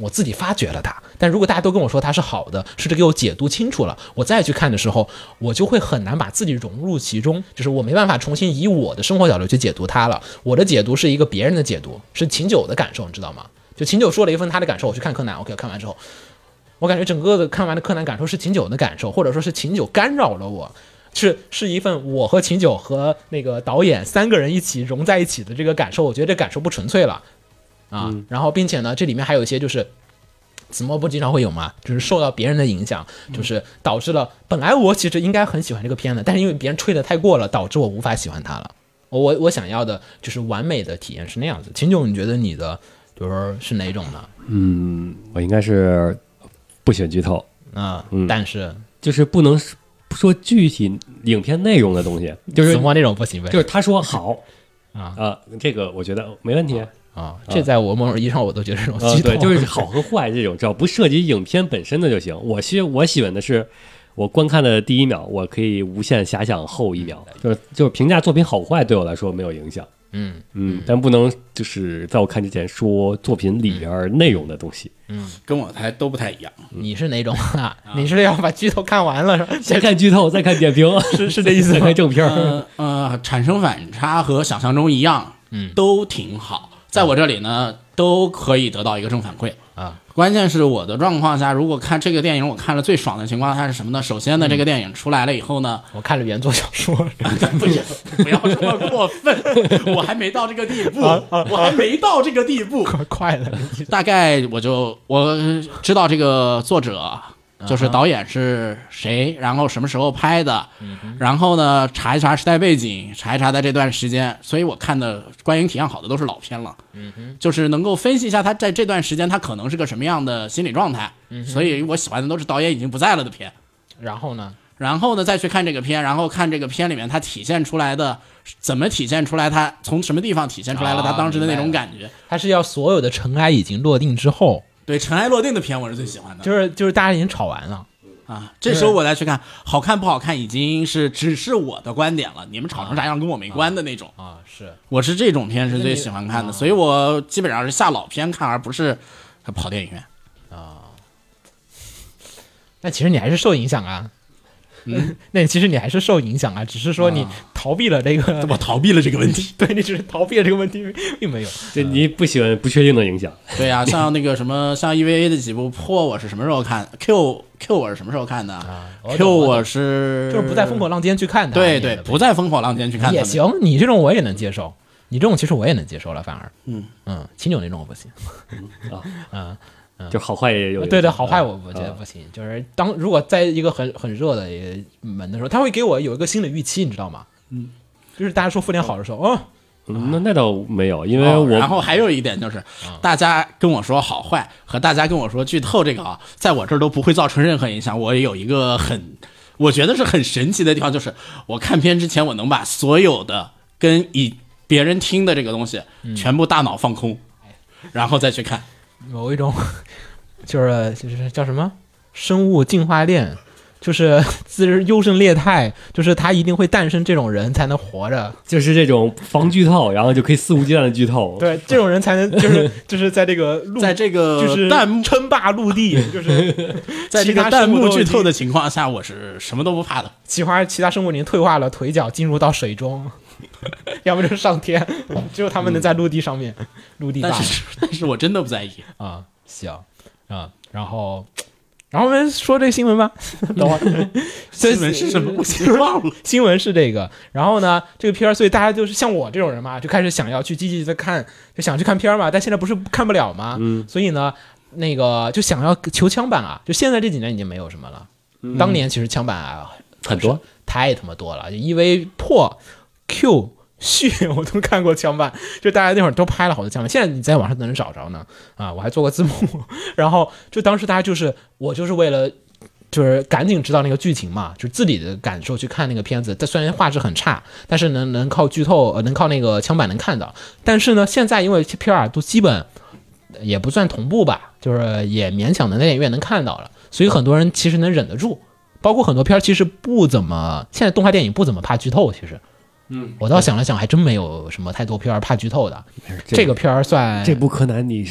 我自己发掘了它。但如果大家都跟我说它是好的，试着给我解读清楚了，我再去看的时候，我就会很难把自己融入其中，就是我没办法重新以我的生活角度去解读它了。我的解读是一个别人的解读，是秦九的感受，你知道吗？就秦九说了一份他的感受，我去看柯南 ，OK， 看完之后，我感觉整个的看完的柯南感受是秦九的感受，或者说是秦九干扰了我。是是一份我和秦九和那个导演三个人一起融在一起的这个感受，我觉得这感受不纯粹了啊。嗯、然后并且呢，这里面还有一些就是子墨不经常会有嘛，就是受到别人的影响，就是导致了本来我其实应该很喜欢这个片的，但是因为别人吹得太过了，导致我无法喜欢它了。我我想要的就是完美的体验是那样子。秦九，你觉得你的比如说是哪种呢？ 嗯，我应该是不喜欢剧透啊、嗯，但是就是不能说具体影片内容的东西，就是子墨那种不行呗。 就是他说好啊啊，这个我觉得没问题啊，这在我某种意义上我都觉得这种剧透、 啊，对，就是好和坏这种，只要不涉及影片本身的就行。我喜我喜欢的是，我观看的第一秒，我可以无限遐想后一秒，就是就是评价作品好坏对我来说没有影响。 嗯嗯，但不能就是在我看之前说作品里边内容的东西。 嗯，跟我还都不太一样。 你是哪种啊？你是要把剧透看完了是吧？ 先看剧透，再看点评， 是是这意思吗？ 再看正片。 呃呃，产生反差和想象中一样， 嗯， 都挺好。在我这里呢，都可以得到一个正反馈啊。关键是我的状况下，如果看这个电影，我看了最爽的情况下是什么呢？首先呢，这个电影出来了以后呢， 我看了原作小说， 不行，不要这么过分，我还没到这个地步，我还没到这个地步， 快快了。 大概我就我知道这个作者。就是导演是谁，然后什么时候拍的，然后呢查一查时代背景，查一查在这段时间，所以我看的观影体验好的都是老片了，就是能够分析一下他在这段时间他可能是个什么样的心理状态，所以我喜欢的都是导演已经不在了的片。 然后呢， 然后呢再去看这个片，然后看这个片里面他体现出来的怎么体现出来，他从什么地方体现出来了他当时的那种感觉， 他是要所有的尘埃已经落定之后。 对，尘埃落定的片我是最喜欢的， 就是就是大家已经吵完了啊，这时候我再去看好看不好看已经是只是我的观点了，你们吵成啥样跟我没关的那种啊。是， 我是这种片是最喜欢看的，所以我基本上是下老片看，而不是跑电影院啊。那其实你还是受影响啊。嗯，那其实你还是受影响啊，只是说你逃避了这个， 啊、我逃避了这个问题， 对，你只是逃避了这个问题，并没有。 对，你不喜欢不确定的影响。 对呀、啊，像那个什么，像 E V A 的几部破，我是什么时候看 ？Q Q 我是什么时候看的、啊、？Q 我是就是不在烽火浪尖去看的。 对对，不在烽火浪尖去看也行，你这种我也能接受，你这种其实我也能接受了，反而，嗯嗯，秦九那种我不行， 啊嗯。 就好坏也有， 对对，好坏我我觉得不行。啊、就是当如果在一个很很热的门的时候，他会给我有一个新的预期，你知道吗？嗯，就是大家说复联好的时候，哦， 嗯、那那倒没有，因为我、哦、 然后还有一点就是，大家跟我说好坏和大家跟我说剧透这个啊，在我这儿都不会造成任何影响。我也有一个很，我觉得是很神奇的地方，就是我看片之前，我能把所有的跟以别人听的这个东西全部大脑放空，嗯、然后再去看。 某一种就是就是叫什么生物进化链，就是自优胜劣汰，就是他一定会诞生这种人才能活着， 就是这种防剧透，然后就可以肆无忌惮的剧透。 对，这种人才能就是就是在这个陆在这个就是弹幕称霸陆地，就是在这个弹幕剧透的情况下，我是什么都不怕的。 其他其他生物已经退化了腿脚，进入到水中。要么就是上天，只有他们能在陆地上面，嗯、陆地霸。 但是，但是我真的不在意啊。行啊，然后，然后我们说这个新闻吧。等会儿， 新闻是什么？我先忘了。 新闻是这个，然后呢，这个片儿，所以大家就是像我这种人嘛，就开始想要去积极的看，就想去看片儿嘛。但现在不是看不了嘛， 嗯， 所以呢，那个就想要求枪版啊。就现在这几年已经没有什么了，嗯、当年其实枪版啊很多， 太他妈多了，就因为破。Q 续我都看过枪版，就大家那会儿都拍了好多枪版，现在你在网上都能找着呢啊！我还做过字幕，然后就当时大家就是我就是为了就是赶紧知道那个剧情嘛，就是自己的感受去看那个片子。但虽然画质很差，但是能能靠剧透，呃，能靠那个枪版能看到。但是呢，现在因为片儿都基本也不算同步吧，就是也勉强能在电影院能看到了，所以很多人其实能忍得住。包括很多片儿其实不怎么，现在动画电影不怎么怕剧透，其实。 嗯， 我倒想了想，还真没有什么太多片儿怕剧透的。这个片儿算这部柯南，你是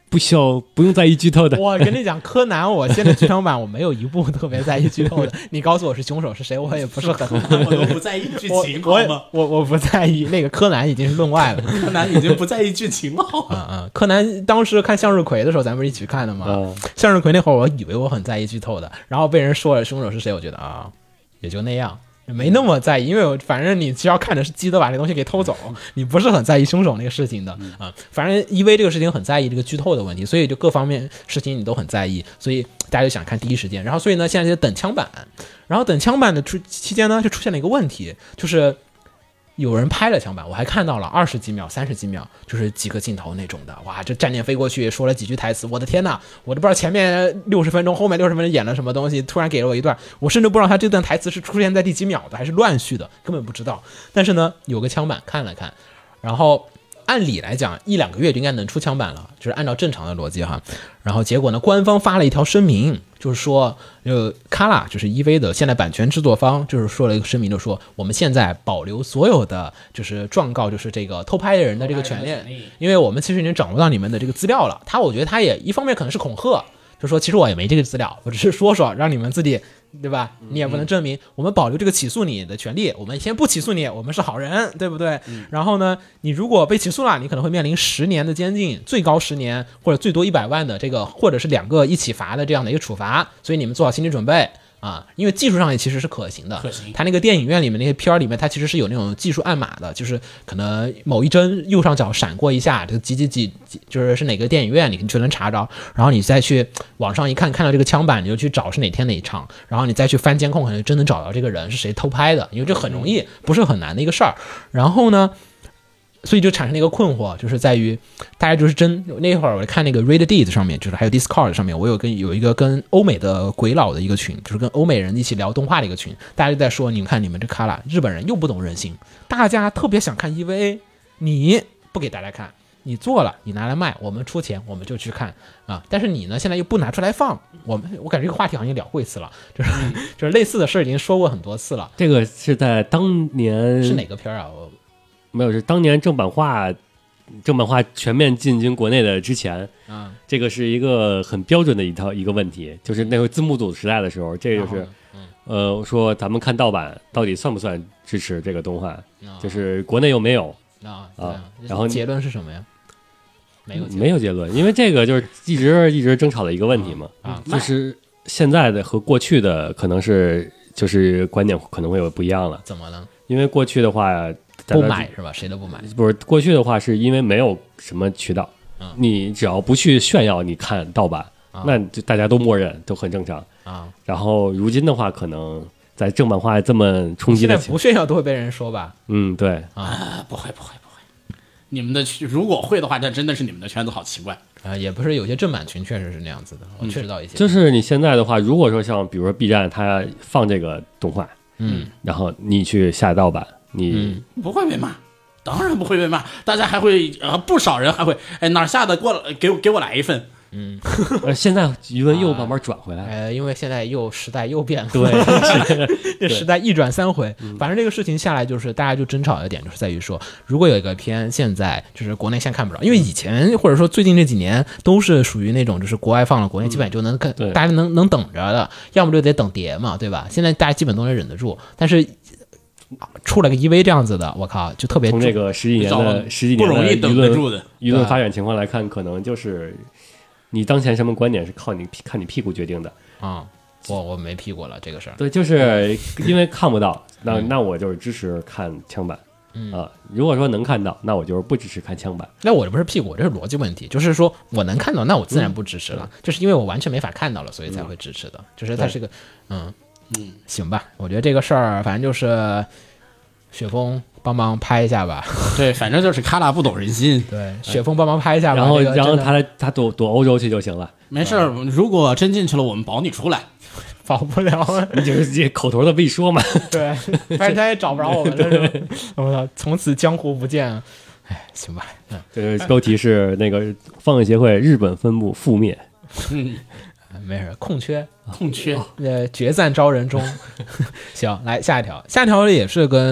不需要不用在意剧透的。 我跟你讲，柯南我现在剧场版我没有一部特别在意剧透的。你告诉我是凶手是谁，我也不是很， 我都不在意剧情， 我好吗？ 我我不在意，那个柯南已经是论外了。 柯南已经不在意剧情了。 嗯嗯，柯南当时看向日葵的时候，咱们不是一起去看的吗？ 嗯、 向日葵那会儿，我以为我很在意剧透的，然后被人说了凶手是谁，我觉得啊，也就那样。没那么在意，因为我反正你只要看的是基德把这东西给偷走，你不是很在意凶手那个事情的啊。反正 E V 这个事情很在意这个剧透的问题，所以就各方面事情你都很在意，所以大家就想看第一时间。然后所以呢，现在就等枪版，然后等枪版的出期间呢，就出现了一个问题，就是有人拍了枪版，我还看到了二十几秒、三十几秒，就是几个镜头那种的，哇，这战舰飞过去说了几句台词，我的天呐，我都不知道前面六十分钟、后面六十分钟演了什么东西，突然给了我一段，我甚至不知道他这段台词是出现在第几秒的，还是乱序的，根本不知道。但是呢，有个枪版看了看，然后按理来讲一两个月就应该能出枪版了，就是按照正常的逻辑哈。然后结果呢，官方发了一条声明，就是说，呃，Kala 就是 E V 的现在版权制作方，就是说了一个声明，就说我们现在保留所有的就是状告，就是这个偷拍的人的这个权利，因为我们其实已经掌握到你们的这个资料了。他我觉得他也一方面可能是恐吓，就说其实我也没这个资料，我只是说说，让你们自己。对吧？你也不能证明，我们保留这个起诉你的权利，我们先不起诉你，我们是好人，对不对？然后呢，你如果被起诉了，你可能会面临十年的监禁，最高十年或者最多一百万的这个，或者是两个一起罚的这样的一个处罚，所以你们做好心理准备。啊，因为技术上也其实是可行的， 可行。 它那个电影院里面那些片儿里面，它其实是有那种技术暗码的，就是可能某一帧右上角闪过一下，这个几几几就是是哪个电影院，你就能查着。然后你再去网上一看，看到这个枪版，你就去找是哪天哪一场，然后你再去翻监控，可能真能找到这个人是谁偷拍的，因为这很容易，不是很难的一个事儿。然后呢？所以就产生了一个困惑，就是在于大家就是真那会儿我看那个 Reddit 上面，就是还有 Discord 上面，我有跟有一个跟欧美的鬼佬的一个群，就是跟欧美人一起聊动画的一个群，大家就在说，你们看你们这卡拉日本人又不懂人性，大家特别想看 E V A， 你不给大家看，你做了你拿来卖，我们出钱我们就去看啊，但是你呢现在又不拿出来放，我们我感觉这个话题好像也聊过一次了，就是就是类似的事儿已经说过很多次了。 这个是在当年是哪个片啊？我没有，是当年正版化正版化全面进军国内的之前， 嗯， 这个是一个很标准的一套一个问题，就是那个字幕组时代的时候，这个就是， 嗯、 呃，说咱们看盗版到底算不算支持这个动画， 嗯、 就是国内又没有啊啊，然后结论是什么呀？没有没有结论，因为这个就是一直一直争吵的一个问题嘛， 啊， 就是现在的和过去的可能是就是观点可能会有不一样了， 怎么了？ 因为过去的话。 不买是吧？谁都不买。 不是过去的话，是因为没有什么渠道， 嗯、 你只要不去炫耀你看盗版， 啊、 那就大家都默认都很正常啊。 然后如今的话，可能在正版化这么冲击的情况， 现在不炫耀都会被人说吧？ 嗯，对啊， 啊，不会不会不会，你们的如果会的话，这真的是你们的圈子好奇怪啊，也不是有些正版群确实是那样子的，我知道一些。 就是你现在的话，如果说像比如说 B 站它放这个动画， 嗯， 然后你去下盗版，你、 嗯、 不会被骂。当然不会被骂，大家还会呃不少人还会哎哪儿下的过来给我给我来一份， 嗯， 呃现在舆论又慢慢转回来， 呃，因为现在又时代又变了， 对， 这时代一转三回，反正这个事情下来就是大家就争吵的点就是在于说，如果有一个片现在就是国内现在看不着，因为以前或者说最近这几年都是属于那种就是国外放了，国内基本就能看， 嗯、 大家能能等着的，要么就得等碟嘛，对吧？现在大家基本都能忍得住，但是。出了个 E V 这样子的，我靠，就特别从这个十几年的十几年不容易等得住的舆论发展情况来看，可能就是你当前什么观点是靠你看你屁股决定的啊、嗯。我我没屁股了这个事儿， 对，就是因为看不到，那、嗯、那我就是支持看枪版。 嗯啊，如果说能看到，那我就是不支持看枪版。 那我这不是屁股，这是逻辑问题。就是说我能看到，那我自然不支持了。嗯、就是因为我完全没法看到了，所以才会支持的。嗯、就是它是个嗯。 嗯， 行吧，我觉得这个事儿反正就是雪峰帮忙拍一下吧。 对，反正就是卡拉不懂人心。 对，雪峰帮忙拍一下吧。 然后， 这个、 然后他他躲躲欧洲去就行了。 没事，如果真进去了，我们保你出来。 保不了， 你就是这口头的未说嘛。 对，反正他也找不着我们了，是吧？我操，从此江湖不见。哎，行吧。 嗯，这个标题是那个放映协会日本分部覆灭。 嗯。 没事，空缺， 空缺， 呃，决战招人中。行，来下一条，下一条也是跟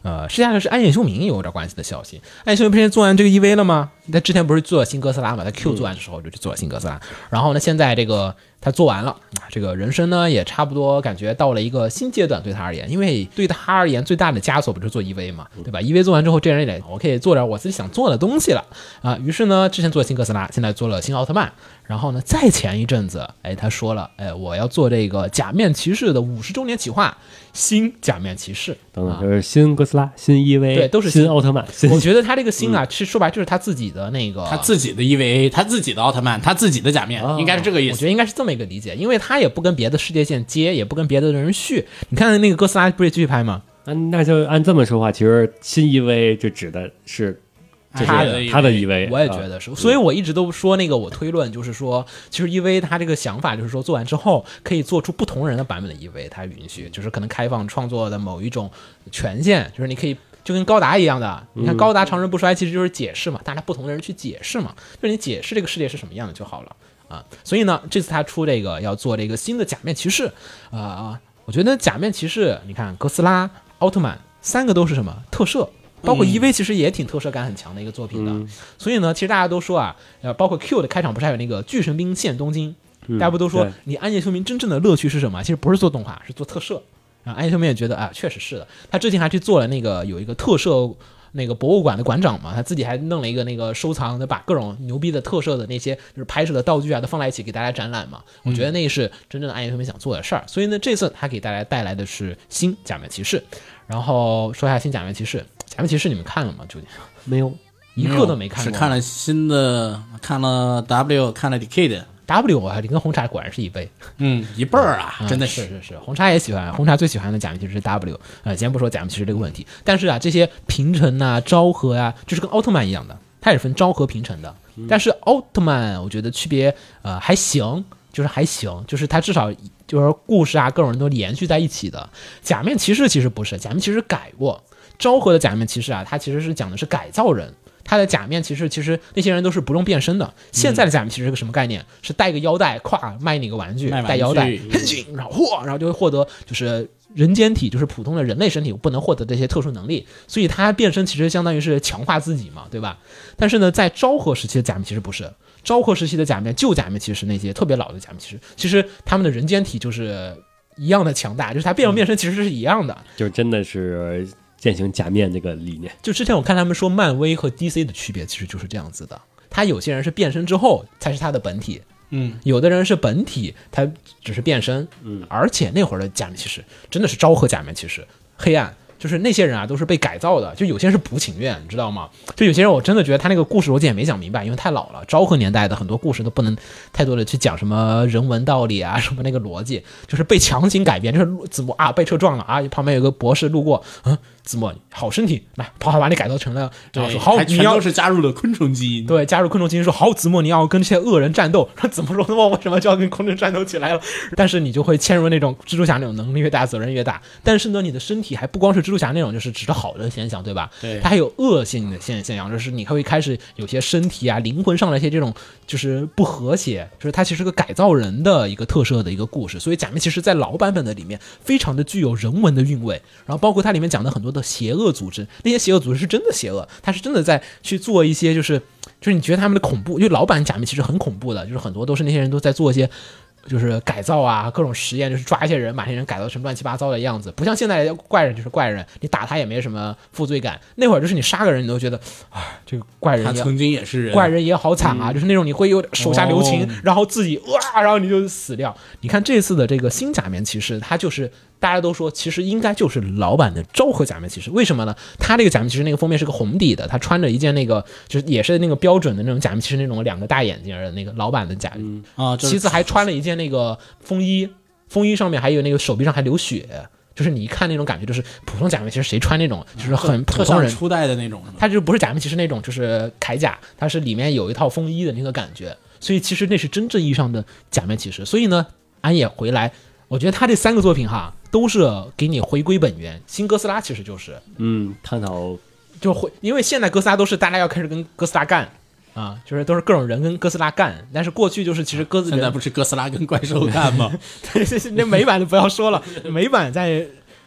呃，剩下的是安野秀明有点关系的消息。安野秀明之前做完这个 E V 了吗？他之前不是做了新哥斯拉嘛？他 Q 做完的时候就去做了新哥斯拉，嗯、然后呢，现在这个他做完了，这个人生呢也差不多感觉到了一个新阶段，对他而言，因为对他而言最大的枷锁不是做 E V 嘛，对吧 ？E V 做完之后，这人也我可以做点我自己想做的东西了啊。于是呢，之前做了新哥斯拉，现在做了新奥特曼，然后呢，再前一阵子，哎，他说了，哎，我要做这个假面骑士的五十周年企划，新假面骑士， 等等，就是新哥斯拉、新 E V， 对，都是新奥特曼。新我觉得他这个新啊，其实说白就是他自己的那个， 他自己的 E V A， 他自己的奥特曼，他自己的假面，应该是这个意思。 我觉得应该是这么一个理解，因为他也不跟别的世界线接，也不跟别的人续。你看那个哥斯拉不是继续拍吗？ 那那就按这么说话，其实新 E V 就指的是。 他的他的 E V， 我也觉得是，所以我一直都说那个我推论就是说，其实 E V 他这个想法就是说做完之后可以做出不同人的版本的 E V， 他允许就是可能开放创作的某一种权限，就是你可以就跟高达一样的，你看高达长生不衰其实就是解释嘛，大家不同的人去解释嘛，就是你解释这个世界是什么样的就好了啊。所以呢，这次他出这个要做这个新的假面骑士啊、呃，我觉得假面骑士，你看哥斯拉、奥特曼三个都是什么特摄。包括 E V 其实也挺特摄感很强的一个作品的，嗯、所以呢，其实大家都说啊，呃，包括 Q 的开场不是还有那个巨神兵现东京，嗯、大家不都说你安野秀明真正的乐趣是什么？其实不是做动画，是做特摄。啊，安野秀明也觉得啊，确实是的。他之前还去做了那个有一个特摄那个博物馆的馆长嘛，他自己还弄了一个那个收藏的，把各种牛逼的特摄的那些就是拍摄的道具啊都放在一起给大家展览嘛。我觉得那是真正的安野秀明想做的事儿。所以呢，这次他给大家带来的是新假面骑士。然后说一下新假面骑士。假面骑士你们看了吗？究竟没有， 一个都没看过。 是看了新的，看了 W， 看了 Decade。W 啊，你跟红茶果然是一辈， 嗯，一辈儿啊，真的是是是，红茶也喜欢，红茶最喜欢的假面骑士是 W。呃，先不说假面骑士这个问题，但是啊，这些平成啊、昭和啊，就是跟奥特曼一样的，它也是分昭和平成的。但是奥特曼我觉得区别呃还行，就是还行，就是它至少就是故事啊各种人都连续在一起的。假面骑士其实不是，假面骑士改过。昭和的假面骑士啊，它其实是讲的是改造人，他的假面骑士其实那些人都是不用变身的。现在的假面骑士是个什么概念？是带个腰带，咵卖你个玩具，带腰带，然后嚯，然后就会获得就是人间体，就是普通的人类身体不能获得这些特殊能力，所以他变身其实相当于是强化自己嘛，对吧？但是呢，在昭和时期的假面骑士不是，昭和时期的假面旧假面骑士那些特别老的假面骑士，其实他们的人间体就是一样的强大，就是他变成变身其实是一样的， 就真的是。践行假面这个理念， 就之前我看他们说漫威和 D C 的区别其实就是这样子的，他有些人是变身之后才是他的本体， 嗯， 有的人是本体他只是变身， 嗯， 而且那会儿的假面骑士真的是昭和假面骑士，黑暗，就是那些人啊都是被改造的，就有些人是不情愿，你知道吗？就有些人我真的觉得他那个故事逻辑也没讲明白，因为太老了，昭和年代的很多故事都不能太多的去讲什么人文道理啊，什么那个逻辑，就是被强行改编，就是子墨啊被车撞了啊，旁边有个博士路过，嗯。子墨好身体，来，跑好把你改造成了，然后说好， 你要是加入了昆虫基因， 对，加入昆虫基因，说好，子墨你要跟这些恶人战斗，说怎么说呢？我为什么就要跟昆虫战斗起来了？但是你就会嵌入那种蜘蛛侠那种能力越大责任越大，但是呢，你的身体还不光是蜘蛛侠那种就是指着好的现象，对吧？ 对， 它还有恶性的现象，就是你会开始有些身体啊、灵魂上的一些这种就是不和谐，就是它其实是个改造人的一个特色的一个故事，所以假面骑士在老版本的里面非常的具有人文的韵味，然后包括它里面讲的很多的邪恶组织。那些邪恶组织是真的邪恶，他是真的在去做一些就是就是你觉得他们的恐怖，因为老版假面其实很恐怖的，就是很多都是那些人都在做一些就是改造啊，各种实验，就是抓一些人，把那些人改造成乱七八糟的样子，不像现在的怪人就是怪人，你打他也没什么负罪感。那会儿就是你杀个人，你都觉得啊，这个怪人他曾经也是人， 怪人也好惨啊，嗯、就是那种你会有手下留情，哦、然后自己哇，然后你就死掉。你看这次的这个新假面骑士，他就是大家都说其实应该就是老版的昭和假面骑士，为什么呢？他这个假面骑士那个封面是个红底的，他穿着一件那个就是也是那个标准的那种假面骑士那种两个大眼睛的那个老版的假面、 嗯、啊， 其次还穿了一件那个风衣，风衣上面还有那个手臂上还流血，就是你一看那种感觉就是普通假面骑士谁穿那种就是很普通人初代的那种， 他就不是假面骑士那种就是铠甲，他是里面有一套风衣的那个感觉，所以其实那是真正意义上的假面骑士。所以呢安野回来，我觉得他这三个作品哈都是给你回归本源。新哥斯拉其实就是嗯探讨就会，因为现在哥斯拉都是大家要开始跟哥斯拉干啊，就是都是各种人跟哥斯拉干，但是过去就是其实哥斯现在不是哥斯拉跟怪兽干吗？ 对，那美版的不要说了，美版在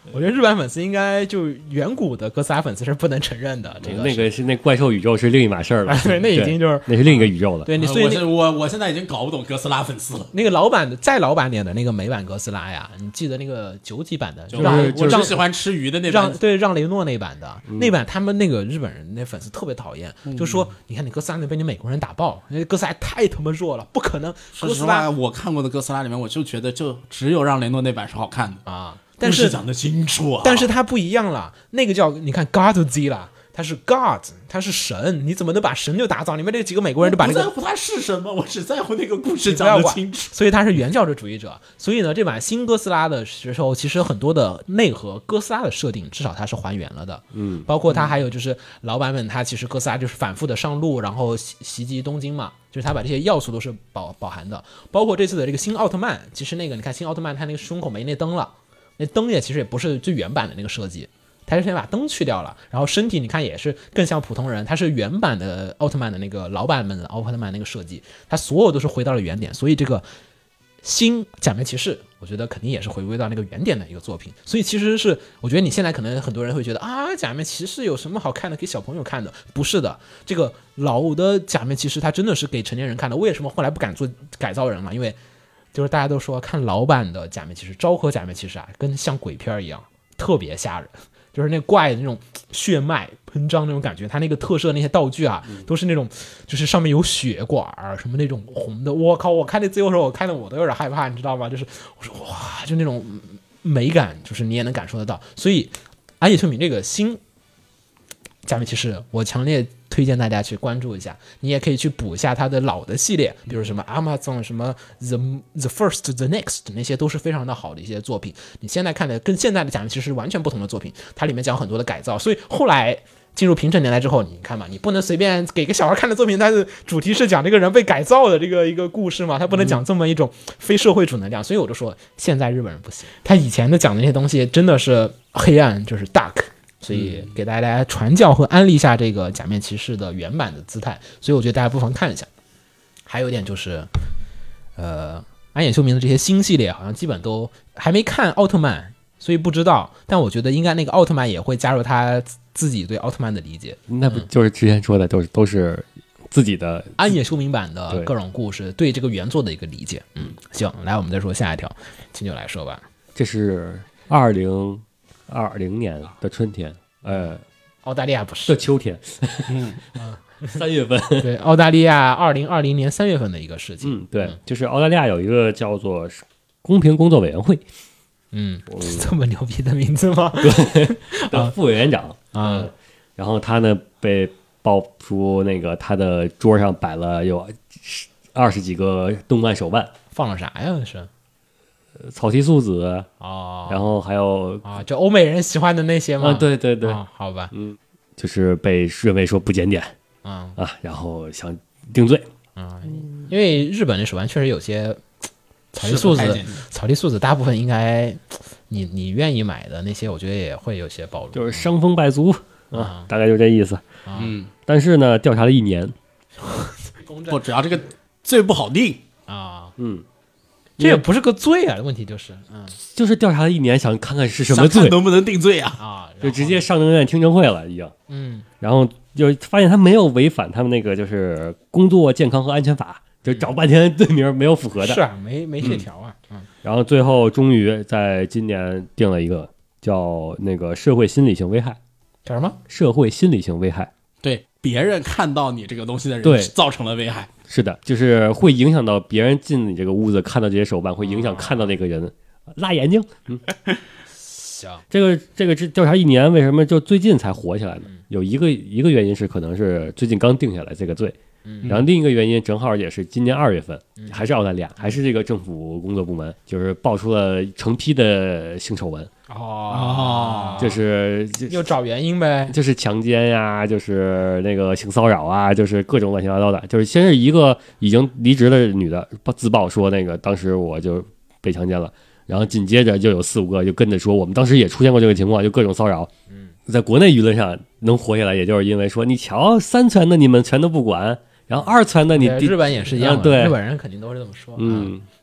我觉得日本粉丝应该就远古的哥斯拉粉丝是不能承认的，这个那个是那怪兽宇宙是另一码事儿了， 对，那已经就是那是另一个宇宙了。 对，你所以那我是我我现在已经搞不懂哥斯拉粉丝了。 那个老版的再老版点的那个美版哥斯拉呀，你记得那个九几版的， 就让我让只喜欢吃鱼的那版， 让对让雷诺那版的、嗯、那版，他们那个日本人那粉丝特别讨厌，嗯、就说你看你哥斯拉能被你美国人打爆，那哥斯拉太他妈弱了，不可能。 说实话，我看过的哥斯拉里面，我就觉得就只有让雷诺那版是好看的啊。但是讲得清楚啊， 但是它不一样了，那个叫你看 Godzilla， 它是 God， 它是神，你怎么能把神就打造？你们这几个美国人就把那个， 我不在乎他是什么，我只在乎那个故事讲得清楚。 所以他是原教旨主义者，所以呢，这版新哥斯拉的时候，其实很多的内核哥斯拉的设定，至少它是还原了的。 嗯， 包括它还有就是老版本，它其实哥斯拉就是反复的上路，然后袭袭击东京嘛。就是他把这些要素都是包包含的，包括这次的这个新奥特曼，其实那个你看新奥特曼他那个胸口没那灯了，那灯也其实也不是最原版的那个设计，他是先把灯去掉了，然后身体你看也是更像普通人，他是原版的奥特曼的那个老版本的奥特曼那个设计，他所有都是回到了原点，所以这个新假面骑士我觉得肯定也是回归到那个原点的一个作品，所以其实是我觉得你现在可能很多人会觉得啊，假面骑士有什么好看的给小朋友看的，不是的，这个老的假面骑士它真的是给成年人看的，为什么后来不敢做改造人了？因为就是大家都说看老版的假面骑士昭和假面骑士啊，跟像鬼片一样特别吓人，就是那怪的那种血脉喷张那种感觉，它那个特摄那些道具啊，都是那种就是上面有血管什么那种红的，我靠！我看那自由时候，我看的我都有点害怕，你知道吗？就是我说哇，就那种美感，就是你也能感受得到。所以安野秀明这个新假面骑士，我强烈推荐大家去关注一下，你也可以去补一下他的老的系列，比如什么 Amazon 什么 The The First The Next 那些都是非常的好的一些作品。你现在看的跟现在的假面骑士是完全不同的作品，它里面讲很多的改造，所以后来进入平成年代之后，你看嘛，你不能随便给个小孩看的作品，它的主题是讲这个人被改造的这个一个故事嘛，它不能讲这么一种非社会主能量。所以我就说，现在日本人不行，他以前的讲的那些东西真的是黑暗，就是 dark。所以给大家传教和安利一下这个假面骑士的原版的姿态，所以我觉得大家不妨看一下。还有一点就是，呃，安野秀明的这些新系列好像基本都还没看奥特曼，所以不知道。但我觉得应该那个奥特曼也会加入他自己对奥特曼的理解。 那不就是之前说的，都是都是自己的安野秀明版的各种故事对这个原作的一个理解。嗯，行，来我们再说下一条，秦九来说吧。 这是二零。二零年的春天，呃， 澳大利亚不是的秋天，嗯，三月份， 对，澳大利亚二零二零年三月份的一个事情， 嗯，对，就是澳大利亚有一个叫做公平工作委员会， 嗯，这么牛逼的名字吗？ 对，的副委员长啊、 嗯，然后他呢被爆出那个他的桌上摆了有二十几个动漫手办， 放了啥呀？这是。 草剃素子哦， 然后还有啊，就欧美人喜欢的那些吗？ 啊，对对对、 哦，好吧， 嗯，就是被认为说不检点， 嗯啊，然后想定罪， 嗯，因为日本的手办确实有些草剃素子，草剃素子大部分应该你你愿意买的那些，我觉得也会有些暴露， 就是伤风败俗啊， 啊大概就这意思， 嗯， 但是呢，调查了一年， 不，主要这个罪不好定啊， 嗯。 这也不是个罪啊，问题就是，嗯， 就是调查了一年，想看看是什么罪， 能不能定罪啊？ 啊， 就直接上政院听证会了，已经， 嗯， 然后就发现他没有违反他们那个就是工作健康和安全法，就找半天罪名没有符合的， 是啊，没没这条啊，嗯， 然后最后终于在今年定了一个叫那个社会心理性危害， 叫什么？ 社会心理性危害， 对别人看到你这个东西的人， 对， 造成了危害。 是的，就是会影响到别人进你这个屋子看到这些手办，会影响看到那个人，辣眼睛。嗯， 行， 这个这个调查一年，为什么就最近才火起来呢？有一个一个原因是可能是最近刚定下来这个罪， 嗯， 然后另一个原因正好也是今年二月份，还是澳大利亚，还是这个政府工作部门，就是爆出了成批的性丑闻。 哦， 就是又找原因呗， 就是强奸呀，就是那个性骚扰啊，就是各种乱七八糟的。就是先是一个已经离职的女的自曝说，那个当时我就被强奸了，然后紧接着就有四五个就跟着说，我们当时也出现过这个情况，就各种骚扰。 嗯，在国内舆论上能活下来，也就是因为说，你瞧三传的你们全都不管，然后二传的你日本也是一样的， 对， 日本人肯定都是这么说。 嗯，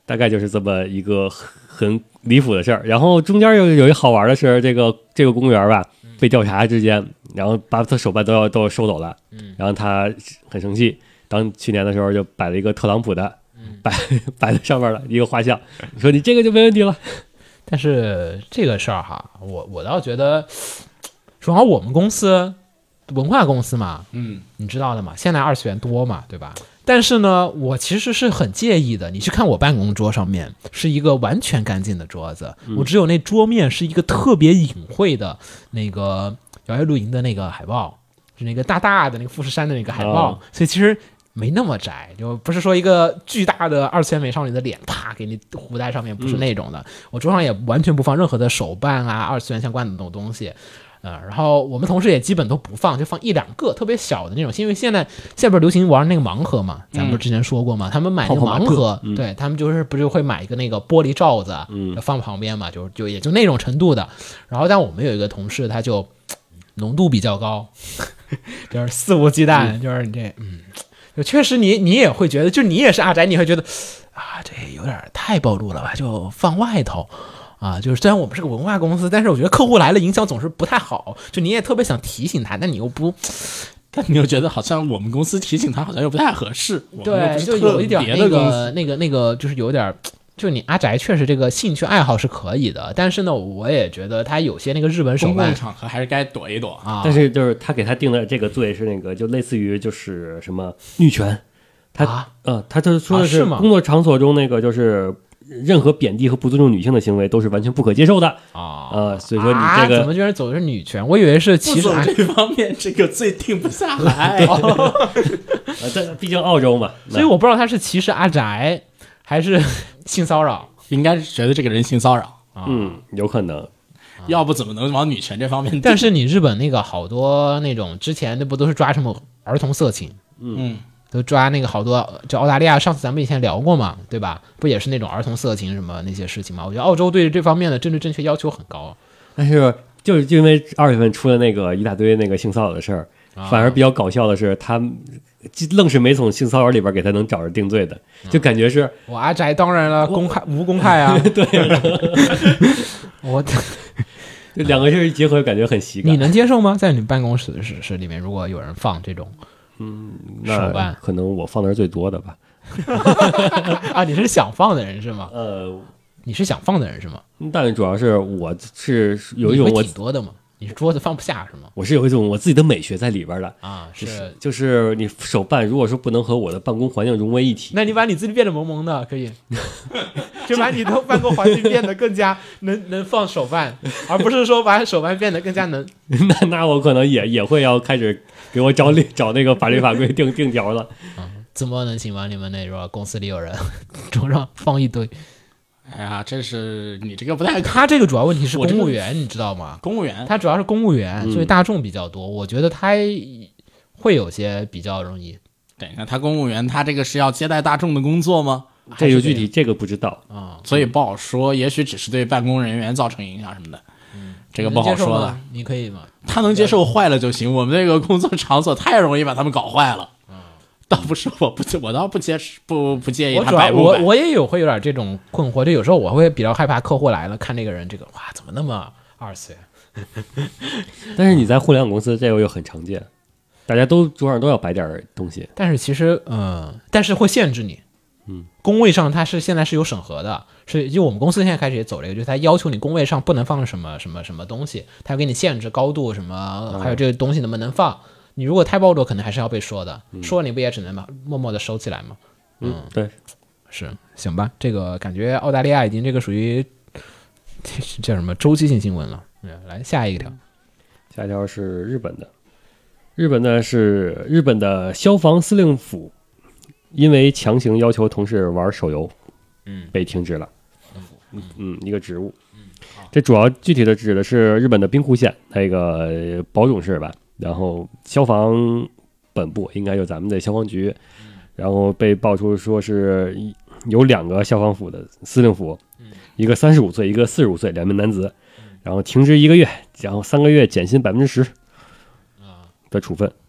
大概就是这么一个很很离谱的事儿。然后中间有有一好玩的是，这个这个公务员吧被调查之间，然后把他手办都要都要收走了，然后他很生气，当去年的时候就摆了一个特朗普的，摆摆在上面了一个画像，说你这个就没问题了。 但是这个事儿哈，我我倒觉得，主要我们公司文化公司嘛， 嗯， 你知道的嘛，现在二次元多嘛，对吧？但是呢，我其实是很介意的。你去看我办公桌上面是一个完全干净的桌子， 嗯、 我只有那桌面是一个特别隐晦的那个摇曳露营的那个海报，是那个大大的那个富士山的那个海报，哦、所以其实没那么窄，就不是说一个巨大的二次元美少女的脸啪给你糊在上面，不是那种的。嗯、我桌上也完全不放任何的手办啊、二次元相关的那种东西。呃，然后我们同事也基本都不放，就放一两个特别小的那种，因为现在现在不是流行玩那个盲盒嘛，咱们不是之前说过嘛，嗯、他们买那个盲盒， 嗯、 对他们就是不是会买一个那个玻璃罩子，嗯，放旁边嘛，就就也就那种程度的。然后但我们有一个同事，他就浓度比较高，就是肆无忌惮，嗯、就是你这，嗯，就确实你你也会觉得，就你也是阿宅，你会觉得啊，这有点太暴露了吧，就放外头。啊，就是虽然我们是个文化公司，但是我觉得客户来了影响总是不太好。就你也特别想提醒他，但你又不， 但你又觉得好像我们公司提醒他好像又不太合适。 对，就有一点那个那个那个，就是有点，就你阿宅确实这个兴趣爱好是可以的，但是呢，我也觉得他有些那个日本手办， 公共场合还是该躲一躲啊。 但是就是他给他定的这个罪是那个，就类似于就是什么女权，他啊， 呃，他就说的是工作场所中那个就是。任何贬低和不尊重女性的行为都是完全不可接受的啊！ 呃，所以说你这个、 啊、怎么居然走的是女权？我以为是其实这方面这个罪定不下来。 呃，这毕竟澳洲嘛， 所以我不知道他是歧视阿宅还是性骚扰， 应该是觉得这个人性骚扰。 嗯，有可能， 要不怎么能往女权这方面定？ 但是你日本那个好多那种之前那不都是抓什么儿童色情？ 嗯。 都抓那个好多，就澳大利亚，上次咱们以前聊过嘛，对吧？不也是那种儿童色情什么那些事情嘛？我觉得澳洲对这方面的政治正确要求很高， 但是就是就因为二月份出了那个一大堆那个性骚扰的事儿， 啊、 反而比较搞笑的是，他愣是没从性骚扰里边给他能找着定罪的，就感觉是我阿宅当然了，公开无公开啊， 对， 我两个事儿结合，感觉很喜感。 你能接受吗？在你办公室室室里面，如果有人放这种？ 嗯，那可能我放的是最多的吧。 啊，你是想放的人是吗？ 呃， 你是想放的人是吗？ 但是主要是我是有一种我挺多的嘛，你是桌子放不下是吗？ 我是有一种我自己的美学在里边的啊，是就是就是你手办如果说不能和我的办公环境融为一体， 那你把你自己变得萌萌的可以，就把你的办公环境变得更加能能放手办，而不是说把手办变得更加能。 那那我可能也也会要开始给我找找那个法律法规定定条了。 嗯，怎么能行吗？你们那个公司里有人桌上放一堆。 哎呀，这是你这个不太， 他这个主要问题是公务员，你知道吗？ 公务员， 他主要是公务员， 嗯、 所以大众比较多。我觉得他会有些比较容易。 对，那他公务员，他这个是要接待大众的工作吗？ 这个具体这个不知道啊、 嗯，所以不好说。也许只是对办公人员造成影响什么的，嗯，这个不好说的。 你可以吗？ 他能接受坏了就行。我们这个工作场所太容易把他们搞坏了。倒不是我不，我倒不接不不介意他摆不摆。 我我也有会有点这种困惑，就有时候我会比较害怕客户来了看这个人，这个哇怎么那么二次元？ 但是你在互联网公司这个又很常见，大家都桌上都要摆点东西。 但是其实呃，但是会限制你， 嗯， 工位上它是现在是有审核的，是就我们公司现在开始也走这个，就是它要求你工位上不能放什么什么什么东西，它要给你限制高度什么，还有这个东西能不能放。你如果太暴露，可能还是要被说的。嗯、说了你不也只能默默的收起来吗？ 嗯，对， 是行吧。这个感觉澳大利亚已经这个属于叫什么周期性新闻了。来下一条， 下一条是日本的，日本的是日本的消防司令府因为强行要求同事玩手游， 嗯， 被停职了。嗯嗯，一个职务。这主要具体的指的是日本的兵库县那个宝冢市吧。然后消防本部应该就咱们的消防局，然后被爆出说是有两个消防府的司令府，一个三十五岁，一个四十五岁，两名男子，然后停职一个月，然后三个月减薪百分之十的处分。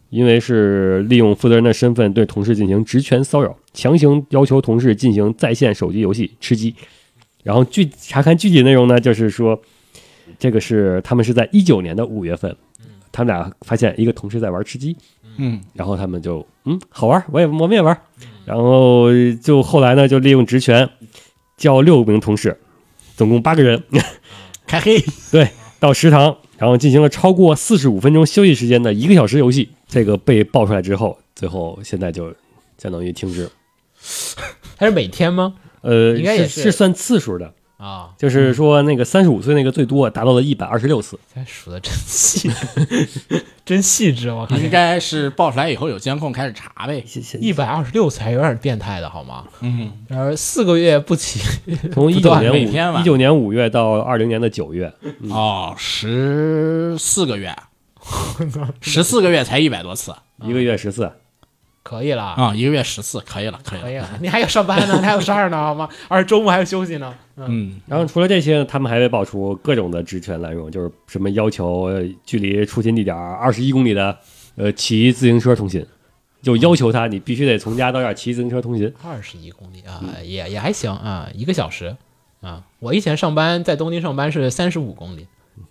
因为是利用负责人的身份对同事进行职权骚扰，强行要求同事进行在线手机游戏吃鸡。然后具查看具体内容呢，就是说这个是他们是在一九年的五月份，他们俩发现一个同事在玩吃鸡， 嗯， 然后他们就嗯好玩，我也我们也玩，然后就后来呢就利用职权叫六名同事，总共八个人开黑， 对，到食堂，然后进行了超过四十五分钟休息时间的一个小时游戏。这个被爆出来之后，最后现在就相当于停职。 还是每天吗？ 呃， 应该也是是是算次数的， 啊， 就是说那个三十五岁那个最多达到了一百二十六次。 咱数的真细，真细致，我看应该是爆出来以后有监控开始查呗。 一百二十六次还有点变态的好吗？ 嗯， 然后四个月不起， 从一九年每天吧五一九年五月到二零年的九月，嗯、 哦，十四个月，十四个月才一百多次， 一个月十四。 可以了啊、嗯，一个月十四，可以了，可以了， 可以了。你还有上班呢，你还有事儿呢，好吗？而且周末还有休息呢。嗯， 嗯然后除了这些，他们还被爆出各种的职权滥用，就是什么要求距离出勤地点二十一公里的呃骑自行车通勤，就要求他你必须得从家到这儿骑自行车通勤。 二十一公里啊，也也还行啊，一个小时啊。我以前上班在东京上班是三十五公里。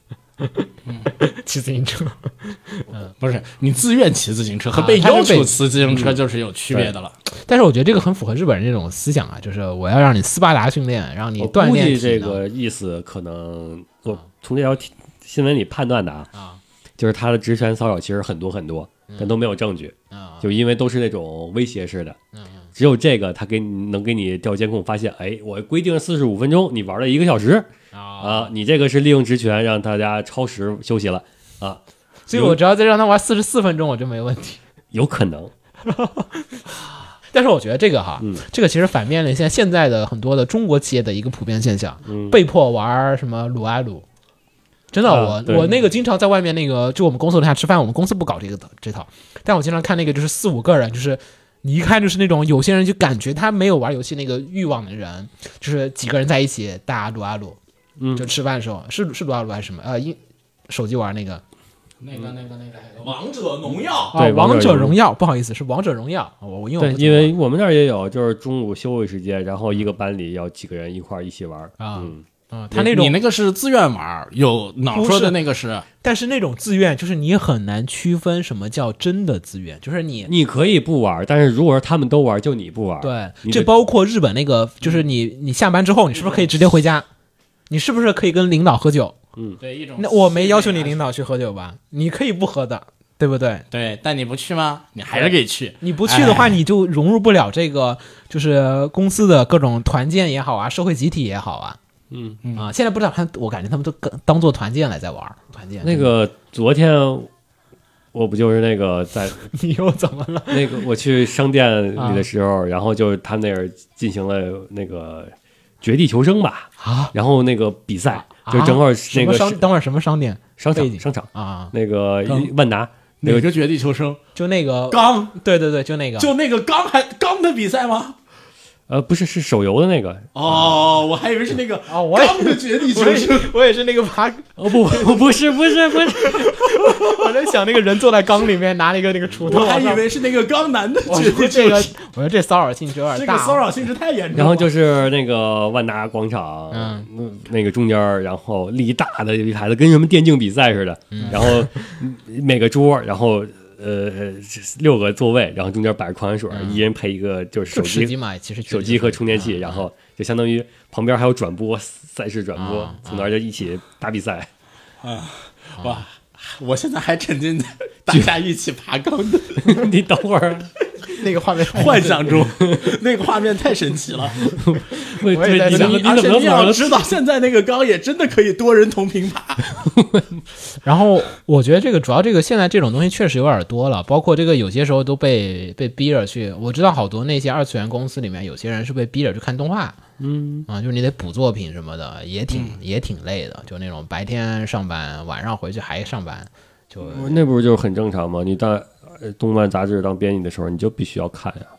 骑自行车， 嗯，不是你自愿骑自行车和被要求骑自行车就是有区别的了。 嗯、但是我觉得这个很符合日本人这种思想啊，就是我要让你斯巴达训练，让你锻炼体能。 我估计这个意思可能我从这条新闻里判断的啊，啊就是他的职权骚扰其实很多很多，嗯、但都没有证据，嗯、就因为都是那种威胁式的。嗯只有这个，他给你能给你调监控，发现，哎，我规定四十五分钟，你玩了一个小时，啊，啊你这个是利用职权让大家超时休息了啊， 所以我只要再让他玩四十四分钟，我就没问题。 有可能， 但是我觉得这个哈， 嗯、 这个其实反面了现在现在的很多的中国企业的一个普遍现象， 嗯、 被迫玩什么撸啊撸。真的，我、 啊、 我那个经常在外面那个，就我们公司楼下吃饭，我们公司不搞这个这套，但我经常看那个就是四五个人，就是。你一看就是那种有些人就感觉他没有玩游戏那个欲望的人，就是几个人在一起打撸啊撸， 嗯， 就吃饭的时候是是撸啊撸还是什么？呃，一手机玩那个， 那个那个那个王者荣耀啊，王者荣耀，不好意思，是王者荣耀。我我因为对，因为我们那儿也有，就是中午休息时间，然后一个班里要几个人一块儿一起玩啊。 嗯啊、嗯，他那种你那个是自愿玩，有脑说的那个是， 但是那种自愿就是你很难区分什么叫真的自愿，就是你你可以不玩，但是如果是他们都玩，就你不玩。 对，这包括日本那个，就是你你下班之后，你是不是可以直接回家？你是不是可以跟领导喝酒？ 嗯， 对，一种那我没要求你领导去喝酒吧，你可以不喝的，对不对？ 对，但你不去吗？你还是可以去。 你不去的话，你就融入不了这个，就是公司的各种团建也好啊，社会集体也好啊。 嗯啊，现在不知道他，我感觉他们都当做团建来在玩团建。 那个昨天我不就是那个在你又怎么了？ 那个我去商店里的时候，啊、然后就他们那儿进行了那个绝地求生吧啊， 然后那个比赛、啊、就正好那个商，等会儿什么商店？ 商场商场啊， 那个万达。 哪个绝地求生？ 就那个钢， 对对对，就那个， 就那个钢还钢的比赛吗？ 呃，不是，是手游的那个哦，我还以为是那个哦，我钢的绝地求生， 我也是那个爬， 哦不，不是，不是，不是， 我在想那个人坐在缸里面拿了一个那个锄头， 我还以为是那个钢男的绝地这个，我说这骚扰性质有点大， 这个骚扰性质太严重了。 然后就是那个万达广场， 嗯， 那个中间，然后立大的一牌子，跟什么电竞比赛似的， 嗯、 然后每个桌，然后。呃，六个座位，然后中间摆着矿泉水，嗯、一人配一个就是手机嘛，其实手机和充电器， 嗯、 然后就相当于旁边还有转播赛事转播，嗯、从那儿就一起打比赛。 啊，哇！我现在还沉浸在大家一起爬缸的， 你等会儿。 那个画面幻想中，那个画面太神奇了。 我也在想， 而且你要知道，现在那个缸也真的可以多人同屏爬。 然后我觉得这个主要这个现在这种东西确实有点多了，包括这个有些时候都被被逼着去。我知道好多那些二次元公司里面，有些人是被逼着去看动画。 嗯啊，就是你得补作品什么的，也挺、嗯、也挺累的。就那种白天上班，晚上回去还上班，就那不是就是很正常吗？你当动漫杂志当编辑的时候，你就必须要看呀。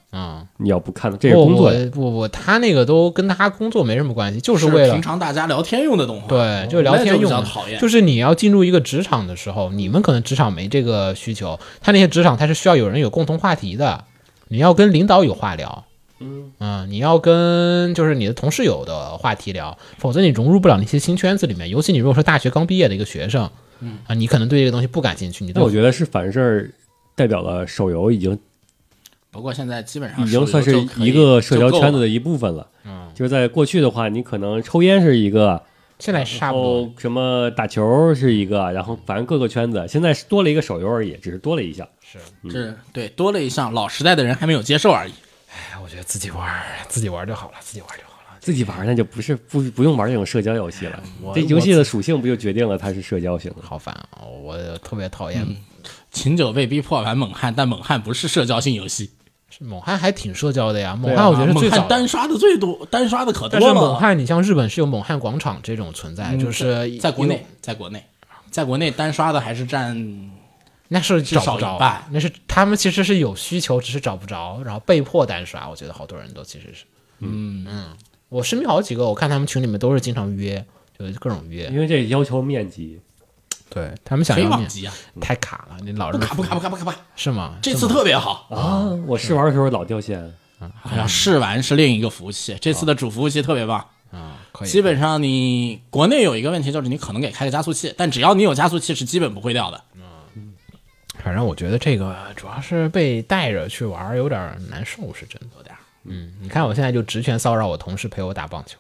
嗯， 你要不看，这是工作呀。 不不不，他那个都跟他工作没什么关系，就是为了平常大家聊天用的动画。 对，就是聊天用的。 讨厌， 就是你要进入一个职场的时候，你们可能职场没这个需求，他那些职场他是需要有人有共同话题的，你要跟领导有话聊。嗯嗯，你要跟就是你的同事有的话题聊，否则你融入不了那些新圈子里面。尤其你如果说大学刚毕业的一个学生，嗯啊，你可能对这个东西不感兴趣。你那我觉得是反事代表了手游已经。 不过现在基本上已经算是一个社交圈子的一部分了。嗯，就是在过去的话，你可能抽烟是一个， 现在差不多什么打球是一个，然后反正各个圈子，现在多了一个手游而已，只是多了一项。 是， 嗯、是对多了一项，老时代的人还没有接受而已。 哎，我觉得自己玩，自己玩就好了，自己玩就好了。 自己玩那就不是不不用玩这种社交游戏了。这游戏的属性不就决定了它是社交型的？ 好烦啊！我特别讨厌。 嗯、秦九被逼迫玩猛汉，但猛汉不是社交性游戏。 猛汉还挺社交的呀，猛汉我觉得最早、 啊、单刷的最多，单刷的可多了。 但是猛汉，你像日本是有猛汉广场这种存在，嗯、就是在国内，在国内，在国内单刷的还是占， 那是找不着，那是他们其实是有需求，只是找不着，然后被迫单刷。我觉得好多人都其实是，嗯嗯，我身边好几个，我看他们群里面都是经常约，就是各种约， 因为这要求面积。 对他们想要网机啊， 太卡了，你老是不卡不卡不卡不卡不卡， 是吗？ 这次特别好啊！我试玩的时候老掉线， 好像试玩是另一个服务器，这次的主服务器特别棒啊！可以， 基本上你国内有一个问题就是你可能给开个加速器，但只要你有加速器是基本不会掉的。 嗯，反正我觉得这个主要是被带着去玩有点难受，是真的有点。嗯，你看我现在就职权骚扰我同事陪我打棒球。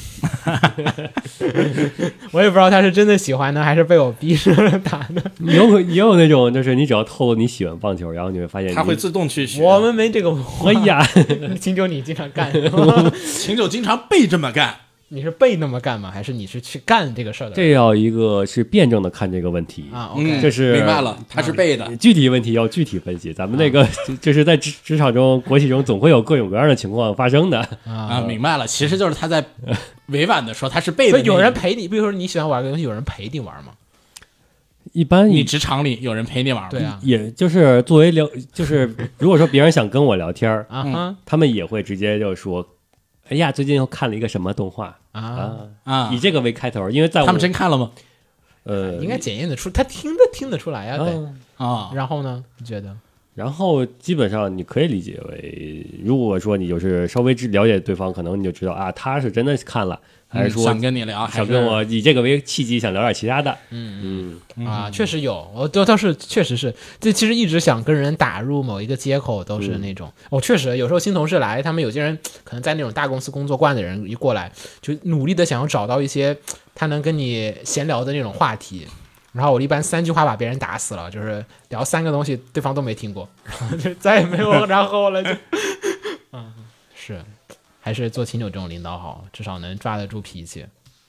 我也不知道他是真的喜欢呢，还是被我逼着打的。 有也有那种，就是你只要透露你喜欢棒球，然后你会发现他会自动去学。 我们没这个。 哎呀， 秦九你经常干， 秦九经常被这么干。 你是被那么干吗？还是你是去干这个事儿的？ 这要一个是辩证的看这个问题啊。OK， 这是明白了，他是被的。 具体问题要具体分析。咱们那个就是在职职场中、国企中，总会有各种各样的情况发生的啊。明白了，其实就是他在委婉的说他是被的。 有人陪你，比如说你喜欢玩个东西，有人陪你玩吗？ 一般你职场里有人陪你玩吗？ 对啊， 也就是作为聊，就是如果说别人想跟我聊天啊、 嗯，他们也会直接就说。哎呀，最近又看了一个什么动画啊啊！以这个为开头，因为在我他们真看了吗？ 呃， 应该检验得出，他听得听得出来呀、啊。对啊， 然后呢？你觉得？ 然后基本上你可以理解为，如果说你就是稍微了解对方，可能你就知道啊，他是真的看了，还是说、 嗯、想跟你聊， 想跟我以这个为契机想聊点其他的？ 嗯嗯啊，确实有，我都倒是确实是，这其实一直想跟人打入某一个接口，都是那种。我、嗯哦、确实有时候新同事来，他们有些人可能在那种大公司工作惯的人一过来，就努力的想要找到一些他能跟你闲聊的那种话题。然后我一般三句话把别人打死了，就是聊三个东西，对方都没听过，然后就再也没有然后了就。嗯，是，还是做秦九这种领导好，至少能抓得住脾气。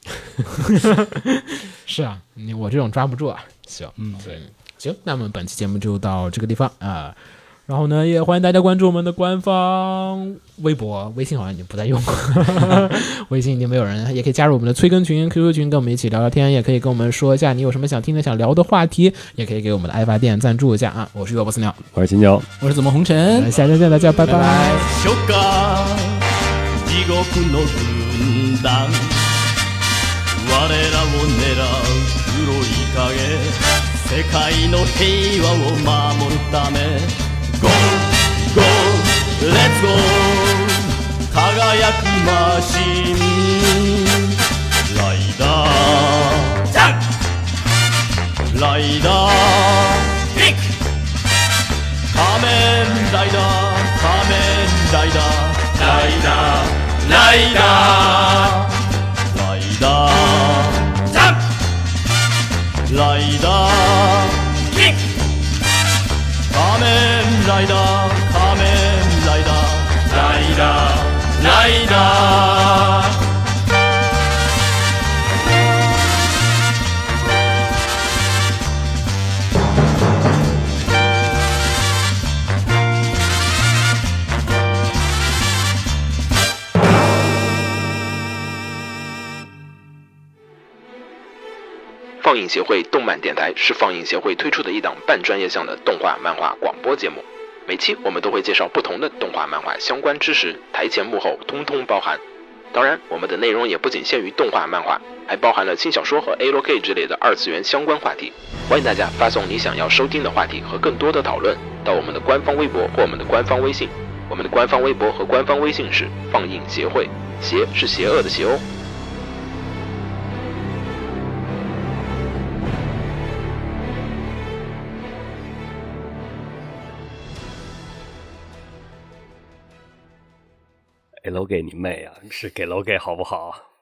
是啊，你我这种抓不住啊。行， 嗯， 对，行，那么本期节目就到这个地方啊。呃然后呢，也欢迎大家关注我们的官方微博、微信，好像已经不再用了。微信已经没有人，也可以加入我们的催更群、Q Q 群，跟我们一起聊聊天，也可以跟我们说一下你有什么想听的、想聊的话题，也可以给我们的爱发电赞助一下啊！我是月波斯鸟， 我是秦九， 我是怎么红尘， 下期见，大家拜拜。拜拜世界の平和を守るため Go! Go! Let's go! 輝くマシンライダージャンプライダーピック仮面ライダー仮面ライダーライダーライダーライダージャンプライダー仮面ライダー仮面ライダーライダーライダー放映协会动漫电台是放映协会推出的一档半专业向的动画漫画广播节目。 每期我们都会介绍不同的动画漫画相关知识，台前幕后通通包含。当然，我们的内容也不仅限于动画漫画，还包含了轻小说和 A L K 之类的二次元相关话题。欢迎大家发送你想要收听的话题和更多的讨论到我们的官方微博或我们的官方微信。我们的官方微博和官方微信是放映协会，邪是邪恶的邪哦。 给楼给你妹啊！是给楼给好不好？